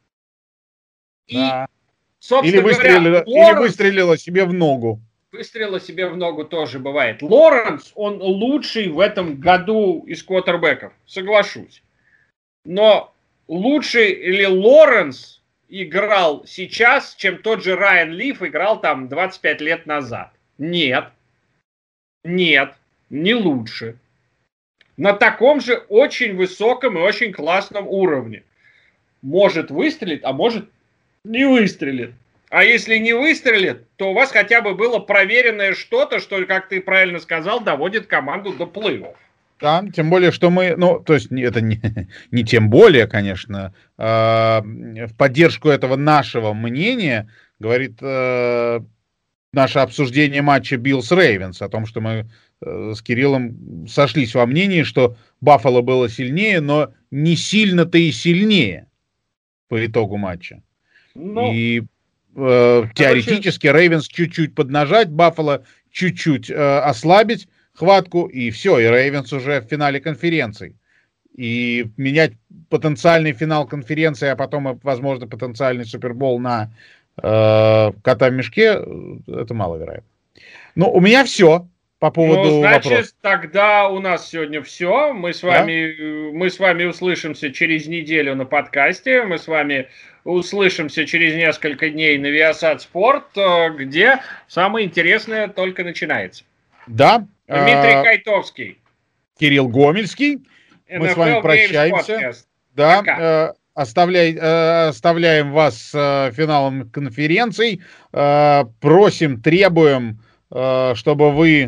Да. Или выстрелило себе в ногу. Выстрела себе в ногу тоже бывает. Лоренс, он лучший в этом году из квотербеков, соглашусь. Но лучший ли Лоренс играл сейчас, чем тот же Райан Лиф играл там 25 лет назад? Нет. Нет, не лучше. На таком же очень высоком и очень классном уровне. Может выстрелит, а может не выстрелит. А если не выстрелит, то у вас хотя бы было проверенное что-то, что, как ты правильно сказал, доводит команду до плей-офф. Да, тем более, что мы, ну, то есть это не тем более, конечно, в поддержку этого нашего мнения говорит наше обсуждение матча Биллс-Рейвенс, о том, что мы с Кириллом сошлись во мнении, что Баффало было сильнее, но не сильно-то и сильнее по итогу матча. Ну, и теоретически Рейвенс чуть-чуть поднажать, Баффало чуть-чуть ослабить хватку, и все, и Рейвенс уже в финале конференции. И менять потенциальный финал конференции, а потом, возможно, потенциальный Супербол на кота в мешке, это маловероятно. Ну, у меня все по поводу значит, вопроса. Тогда у нас сегодня все. Мы с вами услышимся через неделю на подкасте. Мы с вами услышимся через несколько дней на Viasat Sport, где самое интересное только начинается. Да. Дмитрий Кайтовский. Кирилл Гомельский. Мы с вами прощаемся. Да. Оставляем вас с финалом конференций. Просим, требуем, чтобы вы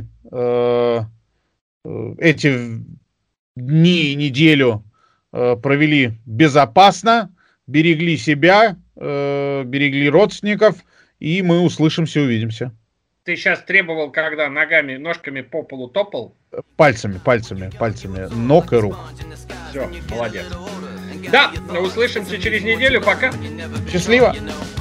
эти дни и неделю провели безопасно, берегли себя, берегли родственников, и мы услышимся, увидимся. Ты сейчас требовал, когда ногами, ножками по полу топал? Пальцами ног и рук. Все, молодец. Да, услышимся через неделю. Пока. Счастливо.